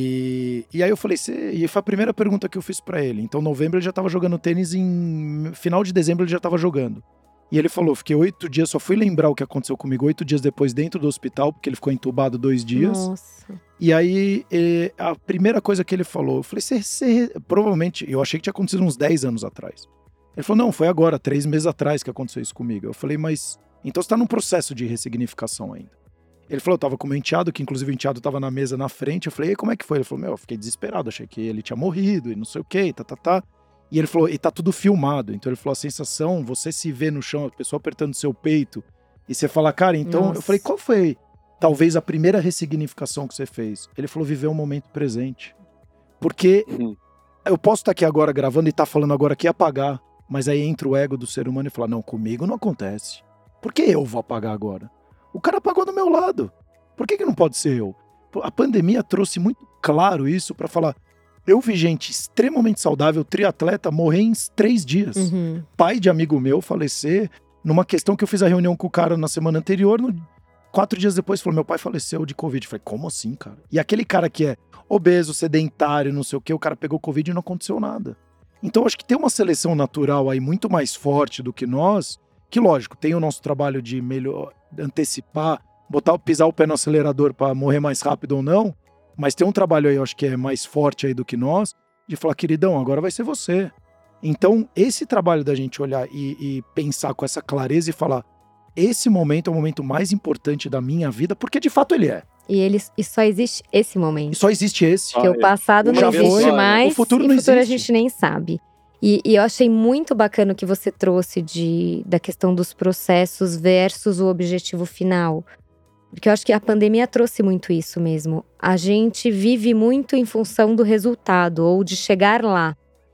E, e aí eu falei, Cê... e foi a primeira pergunta que eu fiz pra ele. Então, em novembro ele já tava jogando tênis, em final de dezembro ele já tava jogando. E ele falou, fiquei oito dias, só fui lembrar o que aconteceu comigo oito dias depois dentro do hospital, porque ele ficou entubado dois dias. Nossa. E aí, e, a primeira coisa que ele falou, eu falei, cê, cê, provavelmente, eu achei que tinha acontecido uns dez anos atrás. Ele falou, não, foi agora, três meses atrás que aconteceu isso comigo. Eu falei, mas, então você tá num processo de ressignificação ainda. Ele falou, eu tava com o meu enteado, que inclusive o enteado tava na mesa na frente. Eu falei, e como é que foi? Ele falou, meu, eu fiquei desesperado, achei que ele tinha morrido e não sei o que, tá, tá, tá. E ele falou, e tá tudo filmado. Então ele falou, a sensação, você se vê no chão, a pessoa apertando seu peito, e você fala, cara, então... Nossa. Eu falei, qual foi, talvez, a primeira ressignificação que você fez? Ele falou, viver o momento presente. Porque uhum. eu posso estar aqui agora gravando e estar tá falando agora aqui e apagar, mas aí entra o ego do ser humano e fala, não, comigo não acontece. Por que eu vou apagar agora? O cara apagou do meu lado. Por que que não pode ser eu? A pandemia trouxe muito claro isso para falar... Eu vi gente extremamente saudável, triatleta, morrer em três dias. Uhum. Pai de amigo meu falecer, numa questão que eu fiz a reunião com o cara na semana anterior, no, quatro dias depois falou, meu pai faleceu de Covid. Eu falei, como assim, cara? E aquele cara que é obeso, sedentário, não sei o quê, o cara pegou Covid e não aconteceu nada. Então acho que tem uma seleção natural aí muito mais forte do que nós, que lógico, tem o nosso trabalho de melhor antecipar, botar, pisar o pé no acelerador para morrer mais rápido ou não, mas tem um trabalho aí, eu acho que é mais forte aí do que nós, de falar, queridão, agora vai ser você. Então, esse trabalho da gente olhar e, e pensar com essa clareza e falar, esse momento é o momento mais importante da minha vida, porque de fato ele é. E, ele, e só existe esse momento. E só existe esse. Porque ah, o passado não existe foi. mais, o futuro e não o futuro existe. A gente nem sabe. E, e eu achei muito bacana o que você trouxe de, da questão dos processos versus o objetivo final. Porque eu acho que a pandemia trouxe muito isso mesmo. A gente vive muito em função do resultado ou de chegar lá.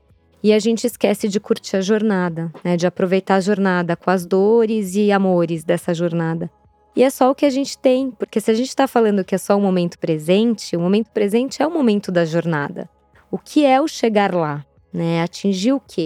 E a gente esquece de curtir a jornada, né? De aproveitar a jornada com as dores e amores dessa jornada. E é só o que a gente tem. Porque se a gente está falando que é só o momento presente, o momento presente é o momento da jornada. O que é o chegar lá, né? Atingir o quê?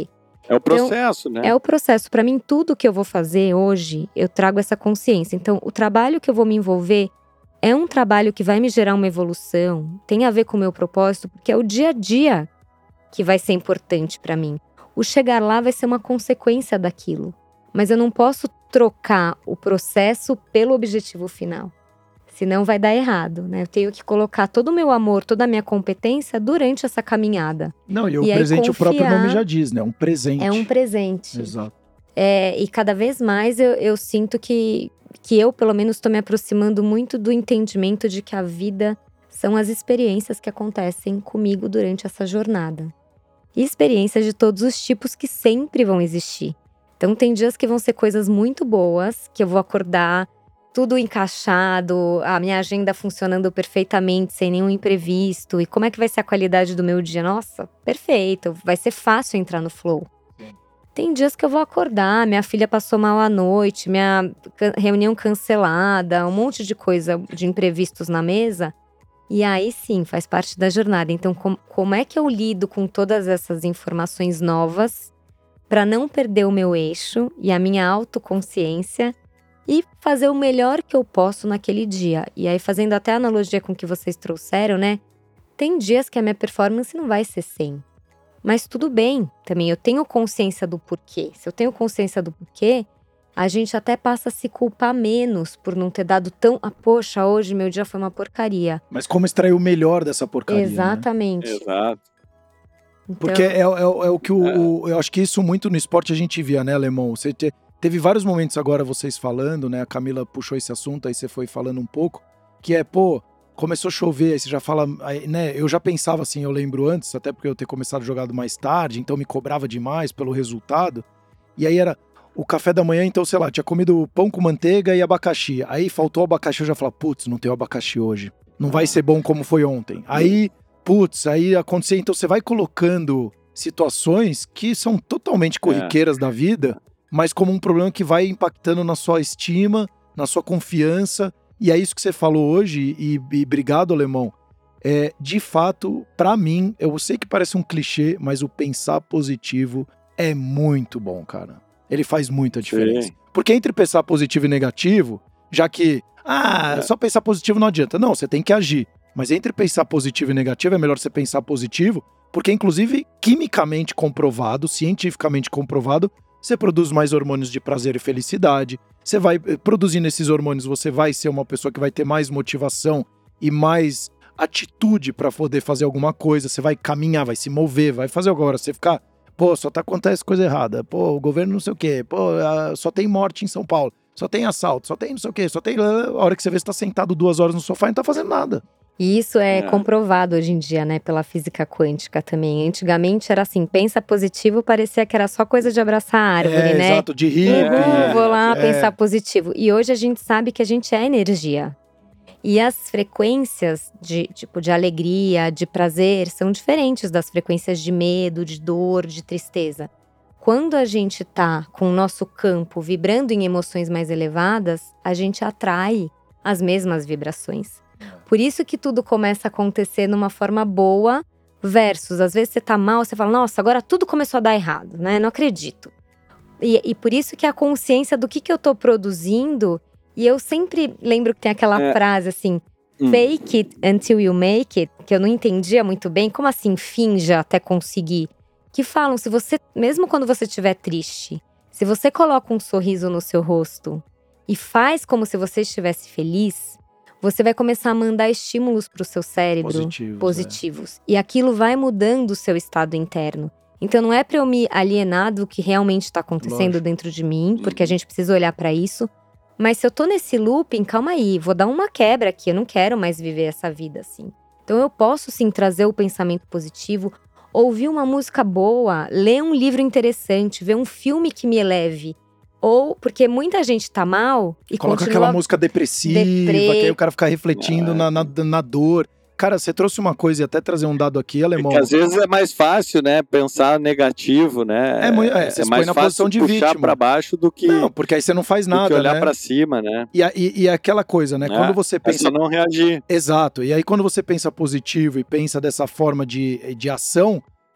É o processo, então, né? É o processo. Para mim, tudo que eu vou fazer hoje, eu trago essa consciência. Então, o trabalho que eu vou me envolver é um trabalho que vai me gerar uma evolução, tem a ver com o meu propósito, porque é o dia a dia que vai ser importante para mim. O chegar lá vai ser uma consequência daquilo. Mas eu não posso trocar o processo pelo objetivo final. Senão vai dar errado, né? Eu tenho que colocar todo o meu amor, toda a minha competência durante essa caminhada. Não, e o e presente, confiar, o próprio nome já diz, né? Um presente. É um presente. Exato. É, e cada vez mais eu, eu sinto que, que eu, pelo menos, estou me aproximando muito do entendimento de que a vida são as experiências que acontecem comigo durante essa jornada. E experiências de todos os tipos que sempre vão existir. Então tem dias que vão ser coisas muito boas, que eu vou acordar tudo encaixado, a minha agenda funcionando perfeitamente, sem nenhum imprevisto. E como é que vai ser a qualidade do meu dia? Nossa, perfeito, vai ser fácil entrar no flow. Sim. Tem dias que eu vou acordar, minha filha passou mal à noite, minha reunião cancelada, um monte de coisa de imprevistos na mesa. E aí sim, faz parte da jornada. Então, com, como é que eu lido com todas essas informações novas para não perder o meu eixo e a minha autoconsciência e fazer o melhor que eu posso naquele dia. E aí, fazendo até a analogia com o que vocês trouxeram, né? Tem dias que a minha performance não vai ser cem. Mas tudo bem, também eu tenho consciência do porquê. Se eu tenho consciência do porquê, a gente até passa a se culpar menos por não ter dado tão... Ah, poxa, hoje meu dia foi uma porcaria. Mas como extrair o melhor dessa porcaria, Exatamente. Né? Exato. Então... Porque é, é, é o que o, é. o... Eu acho que isso muito no esporte a gente via, né, Alemão? Você te, teve vários momentos agora vocês falando, né? A Camila puxou esse assunto, aí você foi falando um pouco. Que é, pô, começou a chover, aí você já fala... Aí, né, eu já pensava assim, eu lembro antes, até porque eu ter começado jogado mais tarde, então me cobrava demais pelo resultado. E aí era... O café da manhã, então, sei lá, tinha comido pão com manteiga e abacaxi. Aí faltou abacaxi, eu já falava, putz, não tem abacaxi hoje. Não vai ser bom como foi ontem. Aí, putz, aí aconteceu. Então você vai colocando situações que são totalmente corriqueiras é. da vida, mas como um problema que vai impactando na sua estima, na sua confiança. E é isso que você falou hoje, e, e obrigado, Alemão. É, de fato, pra mim, eu sei que parece um clichê, mas o pensar positivo é muito bom, cara. Ele faz muita diferença. Sim. Porque entre pensar positivo e negativo, já que, ah, é. só pensar positivo não adianta. Não, você tem que agir. Mas entre pensar positivo e negativo, é melhor você pensar positivo, porque inclusive, quimicamente comprovado, cientificamente comprovado, você produz mais hormônios de prazer e felicidade. Você vai, produzindo esses hormônios, você vai ser uma pessoa que vai ter mais motivação e mais atitude para poder fazer alguma coisa. Você vai caminhar, vai se mover, vai fazer agora. Você ficar... Pô, só tá acontecendo coisa errada. Pô, o governo não sei o quê. Pô, só tem morte em São Paulo. Só tem assalto. Só tem não sei o quê. Só tem... A hora que você vê, você tá sentado duas horas no sofá e não tá fazendo nada. E isso é, é comprovado hoje em dia, né? Pela física quântica também. Antigamente era assim, pensa positivo, parecia que era só coisa de abraçar a árvore, é, né? Exato, de hippie. Uhum, vou lá é. pensar positivo. E hoje a gente sabe que a gente é energia. E as frequências de, tipo, de alegria, de prazer, são diferentes das frequências de medo, de dor, de tristeza. Quando a gente tá com o nosso campo vibrando em emoções mais elevadas, a gente atrai as mesmas vibrações. Por isso que tudo começa a acontecer numa forma boa, versus, às vezes você tá mal, você fala, nossa, agora tudo começou a dar errado, né? Não acredito. E, e por isso que a consciência do que, que eu tô produzindo... E eu sempre lembro que tem aquela é. frase assim, hum. fake it until you make it, que eu não entendia muito bem, como assim finja até conseguir? Que falam, se você, mesmo quando você estiver triste, se você coloca um sorriso no seu rosto e faz como se você estivesse feliz, você vai começar a mandar estímulos para o seu cérebro positivos. positivos é. E aquilo vai mudando o seu estado interno. Então não é para eu me alienar do que realmente está acontecendo Lógico. dentro de mim, porque a gente precisa olhar para isso. Mas se eu tô nesse looping, calma aí, vou dar uma quebra aqui, eu não quero mais viver essa vida assim. Então eu posso sim trazer o pensamento positivo, ouvir uma música boa, ler um livro interessante, ver um filme que me eleve. Ou, porque muita gente tá mal e Coloca continua... aquela música depressiva, deprê. que aí o cara fica refletindo é. na, na, na dor. Cara, você trouxe uma coisa e até trazer um dado aqui, Alemão. É que às vezes é mais fácil, né, pensar negativo, né? É, muito, é, você é se mais põe na posição de vítima. Puxar pra baixo do que... Não, porque aí você não faz nada, do que olhar né? pra cima, né? E, e, e aquela coisa, né? É, quando você pensa... É só não reagir. Exato. E aí quando você pensa positivo e pensa dessa forma de, de ação,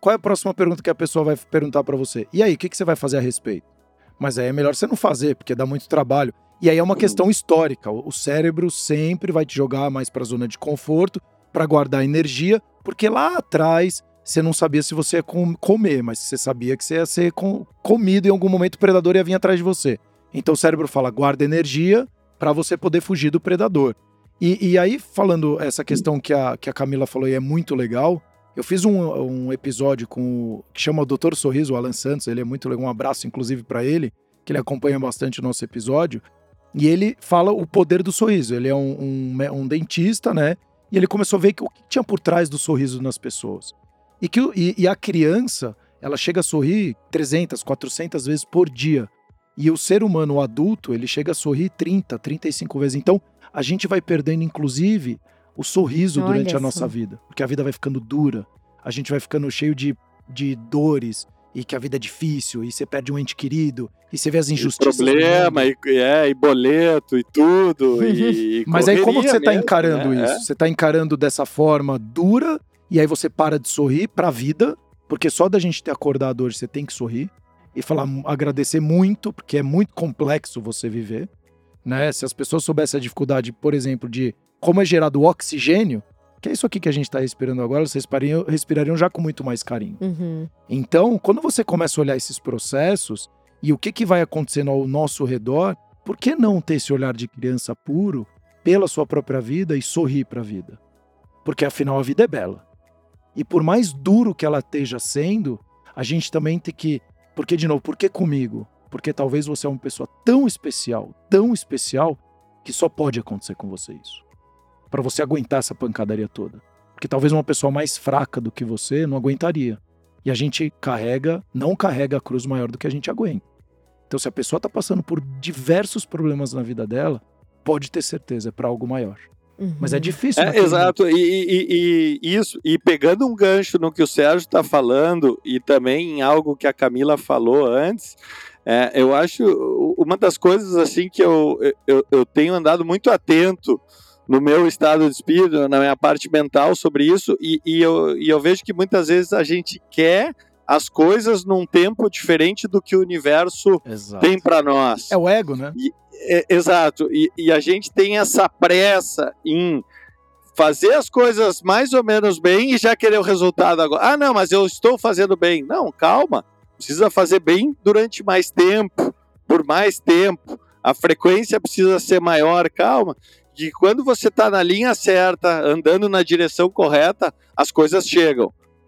qual é a próxima pergunta que a pessoa vai perguntar para você? E aí, o que, que você vai fazer a respeito? Mas aí é melhor você não fazer, porque dá muito trabalho. E aí é uma questão histórica. O cérebro sempre vai te jogar mais para a zona de conforto, para guardar energia, porque lá atrás você não sabia se você ia com- comer, mas você sabia que você ia ser com- comido em algum momento, o predador ia vir atrás de você. Então o cérebro fala, guarda energia para você poder fugir do predador. E, e aí, falando essa questão que a, que a Camila falou e é muito legal, eu fiz um, um episódio com o, que chama o doutor Sorriso, o Alan Santos, ele é muito legal, um abraço inclusive para ele, que ele acompanha bastante o nosso episódio, e ele fala o poder do sorriso. Ele é um, um, um dentista, né? E ele começou a ver que, o que tinha por trás do sorriso nas pessoas. E, que, e, e a criança, ela chega a sorrir trezentas, quatrocentas vezes por dia. E o ser humano, o adulto, ele chega a sorrir trinta, trinta e cinco vezes. Então, a gente vai perdendo, inclusive, o sorriso Olha durante a só. nossa vida. Porque a vida vai ficando dura, a gente vai ficando cheio de, de dores, e que a vida é difícil, e você perde um ente querido, e você vê as E injustiças do problema, mundo. e, é, e boleto, e tudo. E, e Mas aí como que você correria tá mesmo, encarando né? isso? Você tá encarando dessa forma dura, e aí você para de sorrir pra vida, porque só da gente ter acordado hoje você tem que sorrir, e falar, agradecer muito, porque é muito complexo você viver, né? Se as pessoas soubessem a dificuldade, por exemplo, de como é gerado o oxigênio, que é isso aqui que a gente tá respirando agora, elas respirariam, respirariam já com muito mais carinho. Uhum. Então, quando você começa a olhar esses processos e o que, que vai acontecendo ao nosso redor, por que não ter esse olhar de criança puro pela sua própria vida e sorrir para a vida? Porque afinal a vida é bela. E por mais duro que ela esteja sendo, a gente também tem que... Porque, de novo, por que comigo? Porque talvez você é uma pessoa tão especial, tão especial, que só pode acontecer com você isso. Para você aguentar essa pancadaria toda. Porque talvez uma pessoa mais fraca do que você não aguentaria. E a gente carrega, não carrega a cruz maior do que a gente aguenta. Então, se a pessoa está passando por diversos problemas na vida dela, pode ter certeza, é para algo maior. Uhum. Mas é difícil. É, naquele exato, e, e- e isso, e pegando um gancho no que o Sérgio está falando, e também em algo que a Camila falou antes, é, eu acho uma das coisas assim que eu, eu, eu tenho andado muito atento no meu estado de espírito, na minha parte mental sobre isso, e, e, eu, e eu vejo que muitas vezes a gente quer as coisas num tempo diferente do que o universo Exato. tem para nós. É o ego, né? É, exato, e, e a gente tem essa pressa em fazer as coisas mais ou menos bem e já querer o resultado agora. Ah, não, mas eu estou fazendo bem. Não, calma, precisa fazer bem durante mais tempo, por mais tempo, a frequência precisa ser maior, calma. Que quando você está na linha certa, andando na direção correta, as coisas chegam.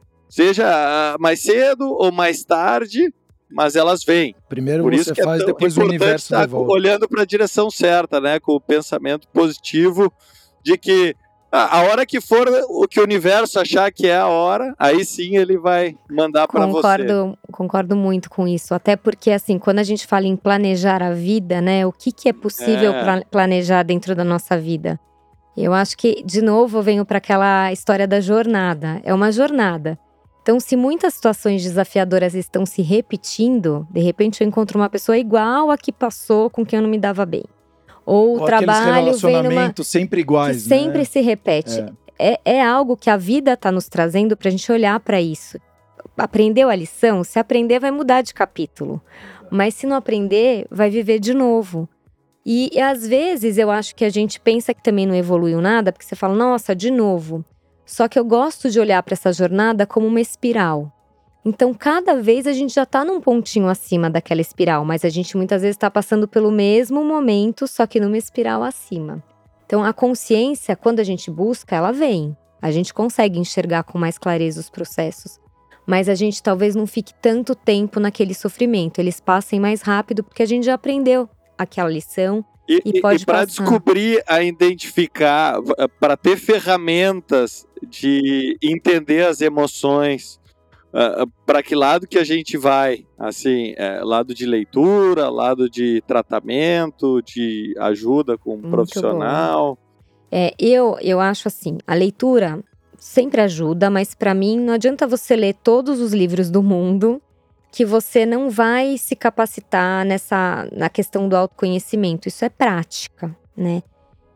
Seja mais cedo ou mais tarde, mas elas vêm. Primeiro Por você isso que faz, é tão depois o importante universo estar devolve. olhando para a direção certa, né? Com o pensamento positivo de que a hora que for o que o universo achar que é a hora, aí sim ele vai mandar para você. Concordo, concordo muito com isso. Até porque, assim, quando a gente fala em planejar a vida, né? O que, que é possível É. pla- planejar dentro da nossa vida? Eu acho que, de novo, eu venho para aquela história da jornada. É uma jornada. Então, se muitas situações desafiadoras estão se repetindo, de repente eu encontro uma pessoa igual a que passou com quem eu não me dava bem. Ou o Ou aqueles trabalho vem numa... relacionamentos sempre que iguais, sempre né? se repete. É. É, é algo que a vida está nos trazendo para a gente olhar para isso. Aprendeu a lição? Se aprender, vai mudar de capítulo. Mas se não aprender, vai viver de novo. E, e às vezes eu acho que a gente pensa que também não evoluiu nada, porque você fala, nossa, de novo. Só que eu gosto de olhar para essa jornada como uma espiral. Então, cada vez a gente já está num pontinho acima daquela espiral, mas a gente muitas vezes está passando pelo mesmo momento, só que numa espiral acima. Então, a consciência, quando a gente busca, ela vem. A gente consegue enxergar com mais clareza os processos. Mas a gente talvez não fique tanto tempo naquele sofrimento. Eles passem mais rápido porque a gente já aprendeu aquela lição. E, E pode para passar. descobrir, a identificar, para ter ferramentas de entender as emoções, uh, para que lado que a gente vai, assim, é, lado de leitura, lado de tratamento, de ajuda com um Muito profissional. É, eu, eu acho assim, a leitura sempre ajuda, mas para mim não adianta você ler todos os livros do mundo que você não vai se capacitar nessa, na questão do autoconhecimento. Isso é prática, né?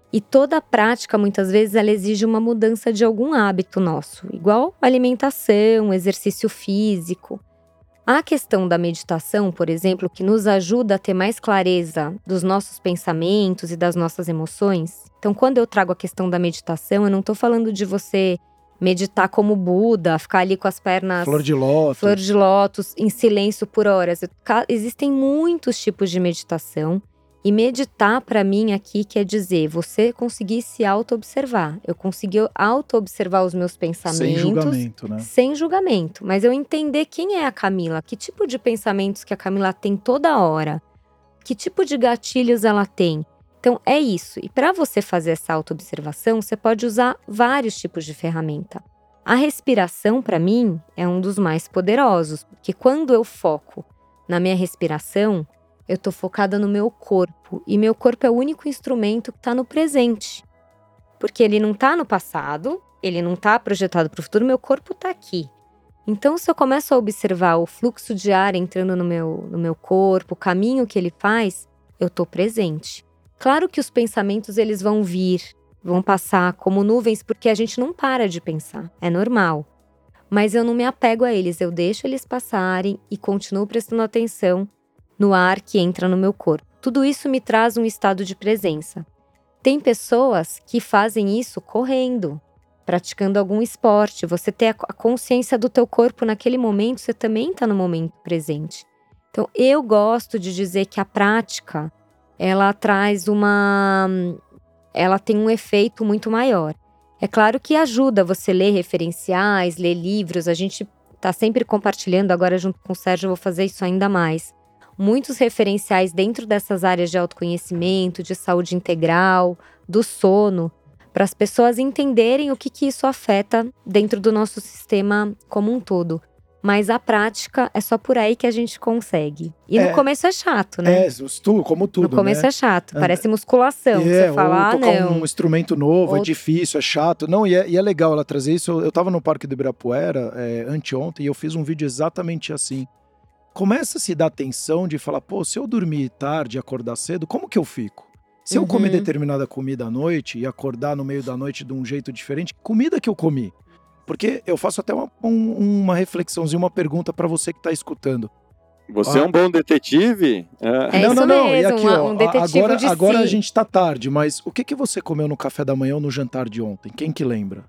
E toda prática, muitas vezes, ela exige uma mudança de algum hábito nosso, igual alimentação, exercício físico. A questão da meditação, por exemplo, que nos ajuda a ter mais clareza dos nossos pensamentos e das nossas emoções. Então, quando eu trago a questão da meditação, eu não estou falando de você meditar como Buda, ficar ali com as pernas… Flor de lótus. Flor de lótus, em silêncio por horas. Existem muitos tipos de meditação. E meditar, para mim, aqui quer dizer você conseguir se auto-observar. Eu consegui auto-observar os meus pensamentos. Sem julgamento, né? Sem julgamento. Mas eu entender quem é a Camila, que tipo de pensamentos que a Camila tem toda hora. Que tipo de gatilhos ela tem. Então, é isso. E para você fazer essa auto-observação, você pode usar vários tipos de ferramenta. A respiração, para mim, é um dos mais poderosos. Porque quando eu foco na minha respiração… eu tô focada no meu corpo. E meu corpo é o único instrumento que tá no presente. Porque ele não tá no passado, ele não tá projetado pro futuro, meu corpo tá aqui. Então, se eu começo a observar o fluxo de ar entrando no meu, no meu corpo, o caminho que ele faz, eu tô presente. Claro que os pensamentos, eles vão vir, vão passar como nuvens, porque a gente não para de pensar, é normal. Mas eu não me apego a eles, eu deixo eles passarem e continuo prestando atenção no ar que entra no meu corpo. Tudo isso me traz um estado de presença. Tem pessoas que fazem isso correndo, praticando algum esporte. Você ter a consciência do teu corpo naquele momento, você também está no momento presente. Então, eu gosto de dizer que a prática, ela traz uma… ela tem um efeito muito maior. É claro que ajuda você ler referenciais, ler livros. A gente está sempre compartilhando, agora junto com o Sérgio eu vou fazer isso ainda mais. Muitos referenciais dentro dessas áreas de autoconhecimento, de saúde integral, do sono, para as pessoas entenderem o que, que isso afeta dentro do nosso sistema como um todo. Mas a prática é só por aí que a gente consegue. E é, no começo é chato, né? É, tu, como tudo, No começo né? é chato, parece musculação. É, você fala, ou tocar ah, não. um instrumento novo, ou… é difícil, é chato. Não, e é, e é legal ela trazer isso. Eu tava no Parque do Ibirapuera é, anteontem e eu fiz um vídeo exatamente assim. Começa a se dar atenção de falar, pô, se eu dormir tarde e acordar cedo, como que eu fico? Se eu Uhum. comer determinada comida à noite e acordar no meio da noite de um jeito diferente, que comida que eu comi? Porque eu faço até uma, um, uma reflexãozinha, uma pergunta para você que está escutando. Você ah, é um bom detetive? É, é não, isso não, não. mesmo, E aqui, ó, um detetive agora, de agora si. a gente tá tarde, mas o que, que você comeu no café da manhã ou no jantar de ontem? Quem que lembra?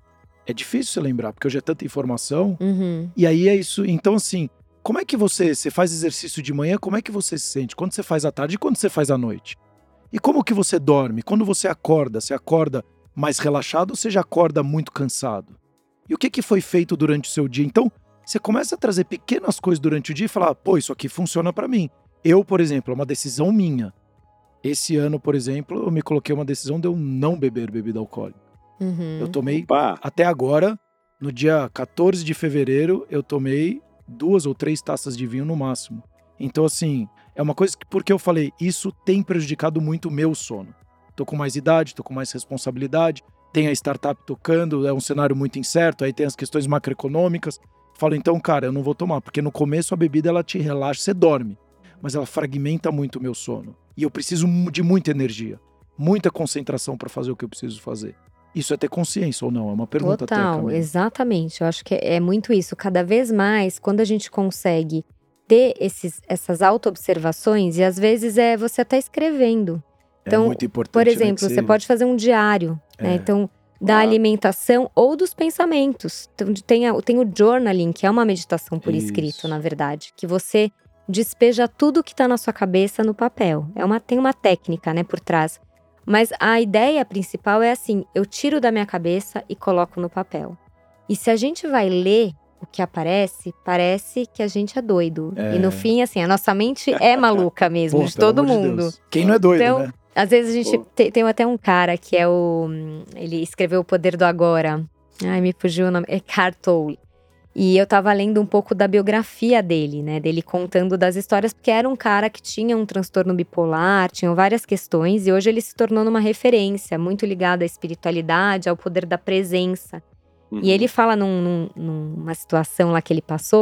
É difícil você lembrar, porque hoje é tanta informação. Uhum. E aí é isso. Então, assim, como é que você, você faz exercício de manhã, como é que você se sente? Quando você faz à tarde e quando você faz à noite? E como que você dorme? Quando você acorda, você acorda mais relaxado ou você já acorda muito cansado? E o que, que foi feito durante o seu dia? Então, você começa a trazer pequenas coisas durante o dia e falar, pô, isso aqui funciona pra mim. Eu, por exemplo, é uma decisão minha. Esse ano, por exemplo, eu me coloquei uma decisão de eu não beber bebida alcoólica. Uhum. Eu tomei, Opa. até agora, no dia quatorze de fevereiro, eu tomei duas ou três taças de vinho no máximo. Então, assim, é uma coisa que, porque eu falei, isso tem prejudicado muito o meu sono. Tô com mais idade, tô com mais responsabilidade, tem a startup tocando, é um cenário muito incerto, aí tem as questões macroeconômicas. Falo, então, cara, eu não vou tomar, porque no começo a bebida, ela te relaxa, você dorme, mas ela fragmenta muito o meu sono. E eu preciso de muita energia, muita concentração para fazer o que eu preciso fazer. Isso é ter consciência ou não? É uma pergunta Total, técnica. exatamente. Eu acho que é muito isso. Cada vez mais, quando a gente consegue ter esses, essas auto-observações, e às vezes é você até escrevendo. Então, é muito importante, por exemplo, né, você você... pode fazer um diário, É. né? Então, da Claro. alimentação ou dos pensamentos. Então, tem, a, tem o journaling, que é uma meditação por Isso. escrito, na verdade. Que você despeja tudo que está na sua cabeça no papel. É uma, tem uma técnica, né, por trás. Mas a ideia principal é assim, eu tiro da minha cabeça e coloco no papel. E se a gente vai ler o que aparece, parece que a gente é doido. É. E no fim, assim, a nossa mente é maluca mesmo, Pô, de pelo todo amor de mundo. Deus. Quem não é doido, Então, né? Às vezes a gente Pô. te, tem até um cara que é o… Ele escreveu O Poder do Agora. Ai, me fugiu o nome. É Eckhart Tolle. E eu tava lendo um pouco da biografia dele, né? Dele contando das histórias, porque era um cara que tinha um transtorno bipolar, tinham várias questões, e hoje ele se tornou numa referência, muito ligado à espiritualidade, ao poder da presença. Uhum. E ele fala num, num, numa situação lá que ele passou,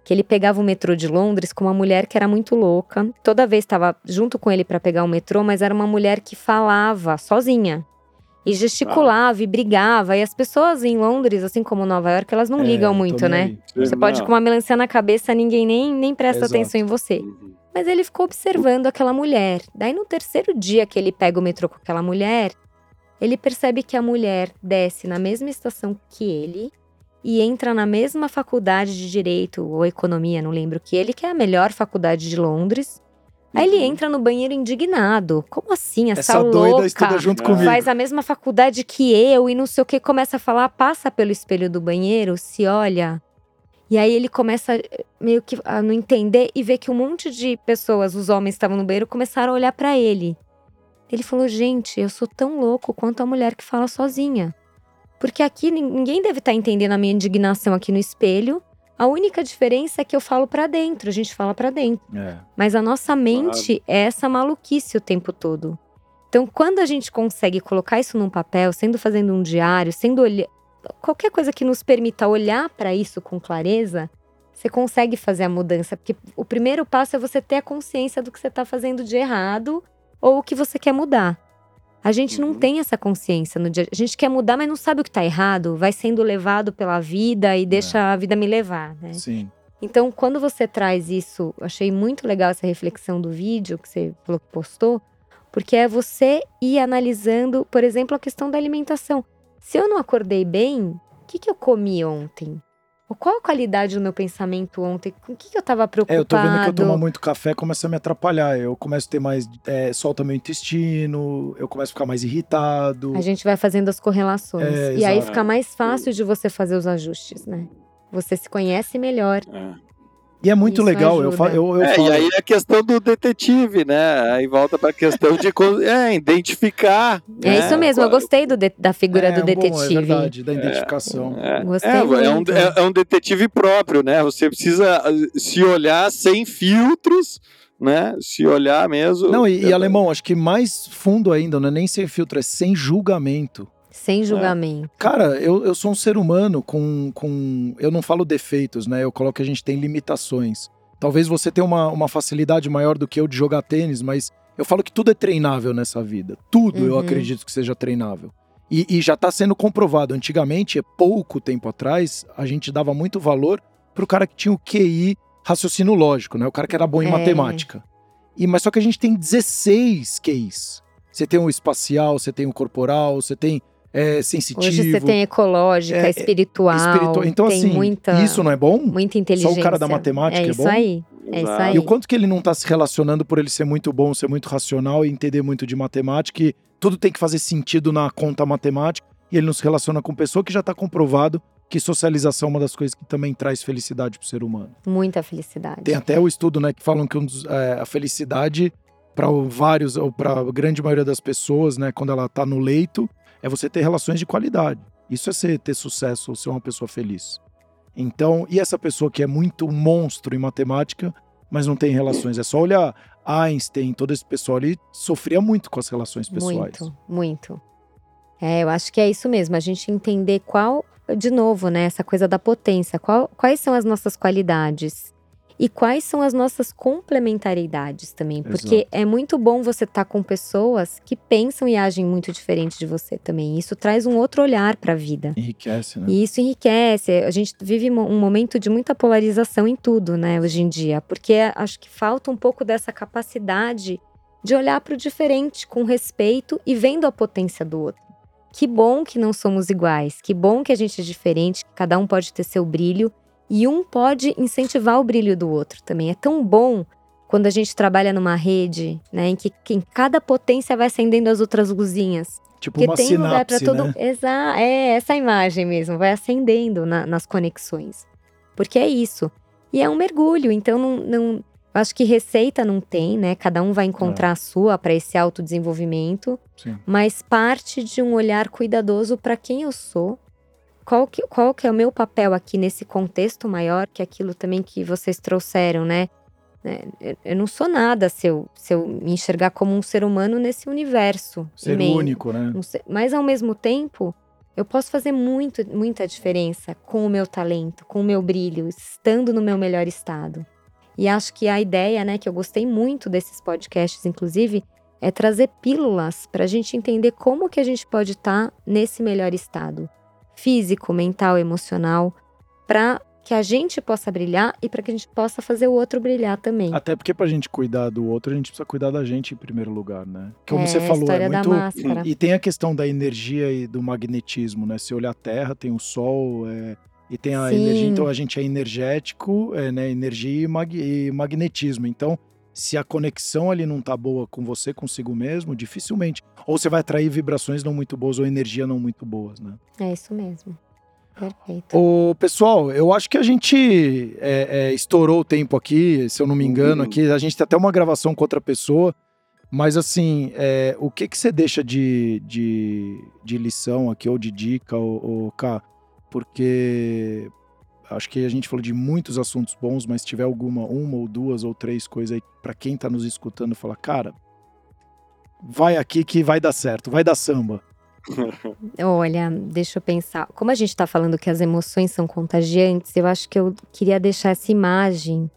que ele pegava o metrô de Londres com uma mulher que era muito louca. Toda vez estava junto com ele para pegar o metrô, mas era uma mulher que falava sozinha. E gesticulava ah. e brigava. E as pessoas em Londres, assim como Nova York, elas não é, ligam muito, né? Aí. Você não. pode ir com uma melancia na cabeça, ninguém nem, nem presta Exato. atenção em você. Uhum. Mas ele ficou observando aquela mulher. Daí no terceiro dia que ele pega o metrô com aquela mulher, ele percebe que a mulher desce na mesma estação que ele e entra na mesma faculdade de Direito ou Economia, não lembro que ele, que é a melhor faculdade de Londres. Uhum. Aí ele entra no banheiro indignado. Como assim? Essa, Essa doida louca estuda junto comigo. Faz a mesma faculdade que eu e não sei o que. Começa a falar, passa pelo espelho do banheiro, se olha. E aí ele começa meio que a não entender e vê que um monte de pessoas, os homens que estavam no banheiro, começaram a olhar pra ele. Ele falou, gente, eu sou tão louco quanto a mulher que fala sozinha. Porque aqui ninguém deve estar entendendo a minha indignação aqui no espelho. A única diferença é que eu falo pra dentro, a gente fala pra dentro. É. Mas a nossa mente claro. é essa maluquice o tempo todo. Então, quando a gente consegue colocar isso num papel, sendo fazendo um diário, sendo olhar, qualquer coisa que nos permita olhar pra isso com clareza, você consegue fazer a mudança. Porque o primeiro passo é você ter a consciência do que você tá fazendo de errado ou o que você quer mudar. A gente não tem essa consciência no dia. A gente quer mudar, mas não sabe o que tá errado. Vai sendo levado pela vida e deixa é. a vida me levar, né? Sim. Então, quando você traz isso, achei muito legal essa reflexão do vídeo que você falou que postou, porque é você ir analisando, por exemplo, a questão da alimentação. Se eu não acordei bem, o que, que eu comi ontem? Qual a qualidade do meu pensamento ontem? Com o que, que eu tava preocupado? É, eu tô vendo que eu tomo muito café, começa a me atrapalhar. Eu começo a ter mais… É, solta meu intestino, eu começo a ficar mais irritado. A gente vai fazendo as correlações. É, e exato. aí fica mais fácil de você fazer os ajustes, né? Você se conhece melhor. É. E é muito Isso legal, eu, ajuda. fa eu, eu é, falo… E aí a questão do detetive, né? Aí volta pra questão de é, identificar. É né? isso mesmo, eu gostei do de da figura é, do detetive. Bom, é verdade, da identificação. É, é, gostei é, muito. É um, é, é um detetive próprio, né? Você precisa se olhar sem filtros, né? Se olhar mesmo. Não, e, e alemão, acho que mais fundo ainda, não é nem sem filtro, é sem julgamento. Sem julgamento. É. Cara, eu, eu sou um ser humano com, com… Eu não falo defeitos, né? Eu coloco que a gente tem limitações. Talvez você tenha uma, uma facilidade maior do que eu de jogar tênis, mas eu falo que tudo é treinável nessa vida. Tudo uhum. eu acredito que seja treinável. E, e já tá sendo comprovado. Antigamente, pouco tempo atrás, a gente dava muito valor pro cara que tinha o Q I raciocínio lógico, né? O cara que era bom em é. matemática. E, mas só que a gente tem dezesseis Q Is. Você tem o espacial, você tem o corporal, você tem… É sensitivo. Hoje você tem ecológica, é, espiritual, espiritual. Então, tem assim, muita, isso não é bom? Muita inteligência. Só o cara da matemática é, é bom? Isso aí, é isso aí. E o quanto que ele não tá se relacionando por ele ser muito bom, ser muito racional e entender muito de matemática, e tudo tem que fazer sentido na conta matemática, e ele não se relaciona com pessoa que já tá comprovado que socialização é uma das coisas que também traz felicidade pro ser humano. Muita felicidade. Tem até o estudo, né, que falam que um dos, é, a felicidade para vários, ou para a grande maioria das pessoas, né, quando ela tá no leito, é você ter relações de qualidade. Isso é ser, ter sucesso ou ser uma pessoa feliz. Então, e essa pessoa que é muito monstro em matemática, mas não tem relações? É só olhar Einstein, todo esse pessoal ali, sofria muito com as relações pessoais. Muito, muito. É, eu acho que é isso mesmo. A gente entender qual, de novo, né, essa coisa da potência. Qual, quais são as nossas qualidades? E quais são as nossas complementariedades também. Porque Exato. é muito bom você estar tá com pessoas que pensam e agem muito diferente de você também. Isso traz um outro olhar para a vida. Enriquece, né? E isso enriquece. A gente vive um momento de muita polarização em tudo, né, hoje em dia. Porque acho que falta um pouco dessa capacidade de olhar para o diferente com respeito e vendo a potência do outro. Que bom que não somos iguais. Que bom que a gente é diferente, que cada um pode ter seu brilho. E um pode incentivar o brilho do outro também. É tão bom quando a gente trabalha numa rede, né, em que, que em cada potência vai acendendo as outras luzinhas. Tipo uma tem sinapse, lugar pra todo... né? Exa... É essa imagem mesmo, vai acendendo na, nas conexões. Porque é isso. E é um mergulho, então não, não... Eu acho que receita não tem, né? Cada um vai encontrar é. a sua para esse autodesenvolvimento. Sim. Mas parte de um olhar cuidadoso para quem eu sou. Qual que, qual que é o meu papel aqui nesse contexto maior, que é aquilo também que vocês trouxeram, né? Eu, eu não sou nada se eu, se eu me enxergar como um ser humano nesse universo. Ser imenso. único, né? Mas, ao mesmo tempo, eu posso fazer muito, muita diferença com o meu talento, com o meu brilho, estando no meu melhor estado. E acho que a ideia, né, que eu gostei muito desses podcasts, inclusive, é trazer pílulas para a gente entender como que a gente pode estar nesse melhor estado físico, mental, emocional, para que a gente possa brilhar e para que a gente possa fazer o outro brilhar também. Até porque pra gente cuidar do outro, a gente precisa cuidar da gente em primeiro lugar, né? Como é, você falou, a história é muito... da máscara. E tem a questão da energia e do magnetismo, né? Se olhar a Terra, tem o Sol, é... e tem a Sim. energia, então a gente é energético, é, né? Energia e, mag... e magnetismo. Então, se a conexão ali não tá boa com você, consigo mesmo, dificilmente. Ou você vai atrair vibrações não muito boas ou energia não muito boas, né? É isso mesmo. Perfeito. Ô, pessoal, eu acho que a gente é, é, estourou o tempo aqui, se eu não me engano, Uhum. aqui. A gente tem até uma gravação com outra pessoa, mas assim, é, o que que você deixa de, de, de lição aqui, ou de dica, ou, ou Cá? Porque acho que a gente falou de muitos assuntos bons, mas se tiver alguma, uma ou duas ou três coisas aí pra quem tá nos escutando, falar, cara, vai aqui que vai dar certo, vai dar samba. Olha, deixa eu pensar. Como a gente está falando que as emoções são contagiantes, eu acho que eu queria deixar essa imagem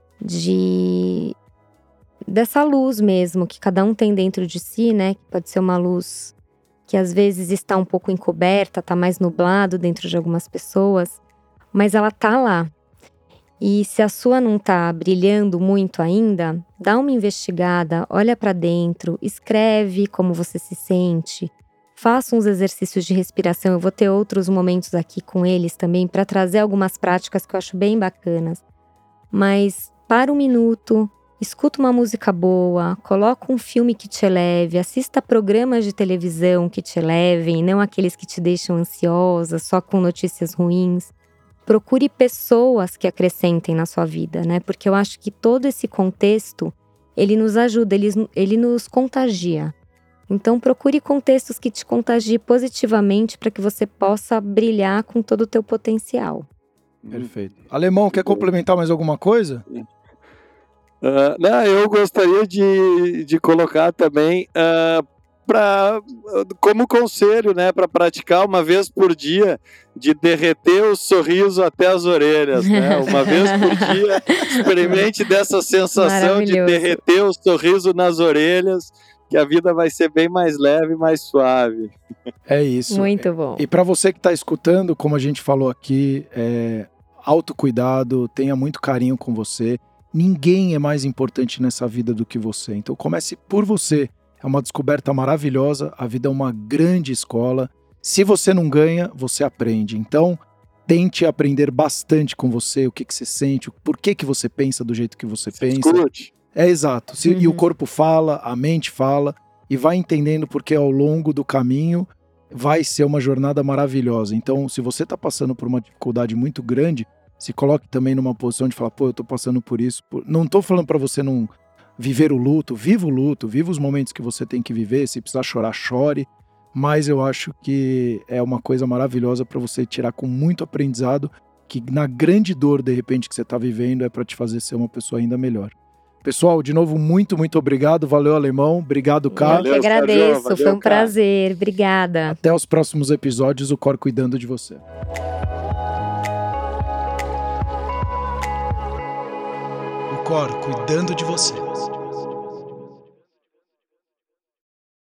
de dessa luz mesmo que cada um tem dentro de si, né? Que pode ser uma luz que às vezes está um pouco encoberta, está mais nublado dentro de algumas pessoas, mas ela tá lá. E se a sua não tá brilhando muito ainda, dá uma investigada, olha para dentro, escreve como você se sente. Faça uns exercícios de respiração, eu vou ter outros momentos aqui com eles também para trazer algumas práticas que eu acho bem bacanas. Mas para um minuto, escuta uma música boa, coloca um filme que te eleve, assista programas de televisão que te elevem, não aqueles que te deixam ansiosa, só com notícias ruins. Procure pessoas que acrescentem na sua vida, né? Porque eu acho que todo esse contexto, ele nos ajuda, ele, ele nos contagia. Então, procure contextos que te contagiem positivamente para que você possa brilhar com todo o teu potencial. Perfeito. Alemão, quer complementar mais alguma coisa? Uh, não, eu gostaria de, de colocar também uh, pra, como conselho, né, para praticar uma vez por dia, de derreter o sorriso até as orelhas, né? Uma vez por dia, experimente dessa sensação de derreter o sorriso nas orelhas, que a vida vai ser bem mais leve e mais suave. É isso. Muito bom. E para você que está escutando, como a gente falou aqui, é, autocuidado, tenha muito carinho com você. Ninguém é mais importante nessa vida do que você. Então comece por você. É uma descoberta maravilhosa. A vida é uma grande escola. Se você não ganha, você aprende. Então, tente aprender bastante com você, o que, que você sente, por que, que você pensa do jeito que você pensa. Escute. É exato. Se, Uhum. E o corpo fala, a mente fala, e vai entendendo porque ao longo do caminho vai ser uma jornada maravilhosa. Então, se você está passando por uma dificuldade muito grande, se coloque também numa posição de falar, pô, eu tô passando por isso. Por... Não tô falando para você não viver o luto, viva o luto, viva os momentos que você tem que viver, se precisar chorar, chore. Mas eu acho que é uma coisa maravilhosa para você tirar com muito aprendizado, que na grande dor, de repente, que você tá vivendo, é para te fazer ser uma pessoa ainda melhor. Pessoal, de novo, muito, muito obrigado. Valeu, Alemão. Obrigado, Cá. Eu que agradeço, Sérgio. Valeu, foi um Cá. prazer. Obrigada. Até os próximos episódios, o Cor cuidando de você. O Cor cuidando de você.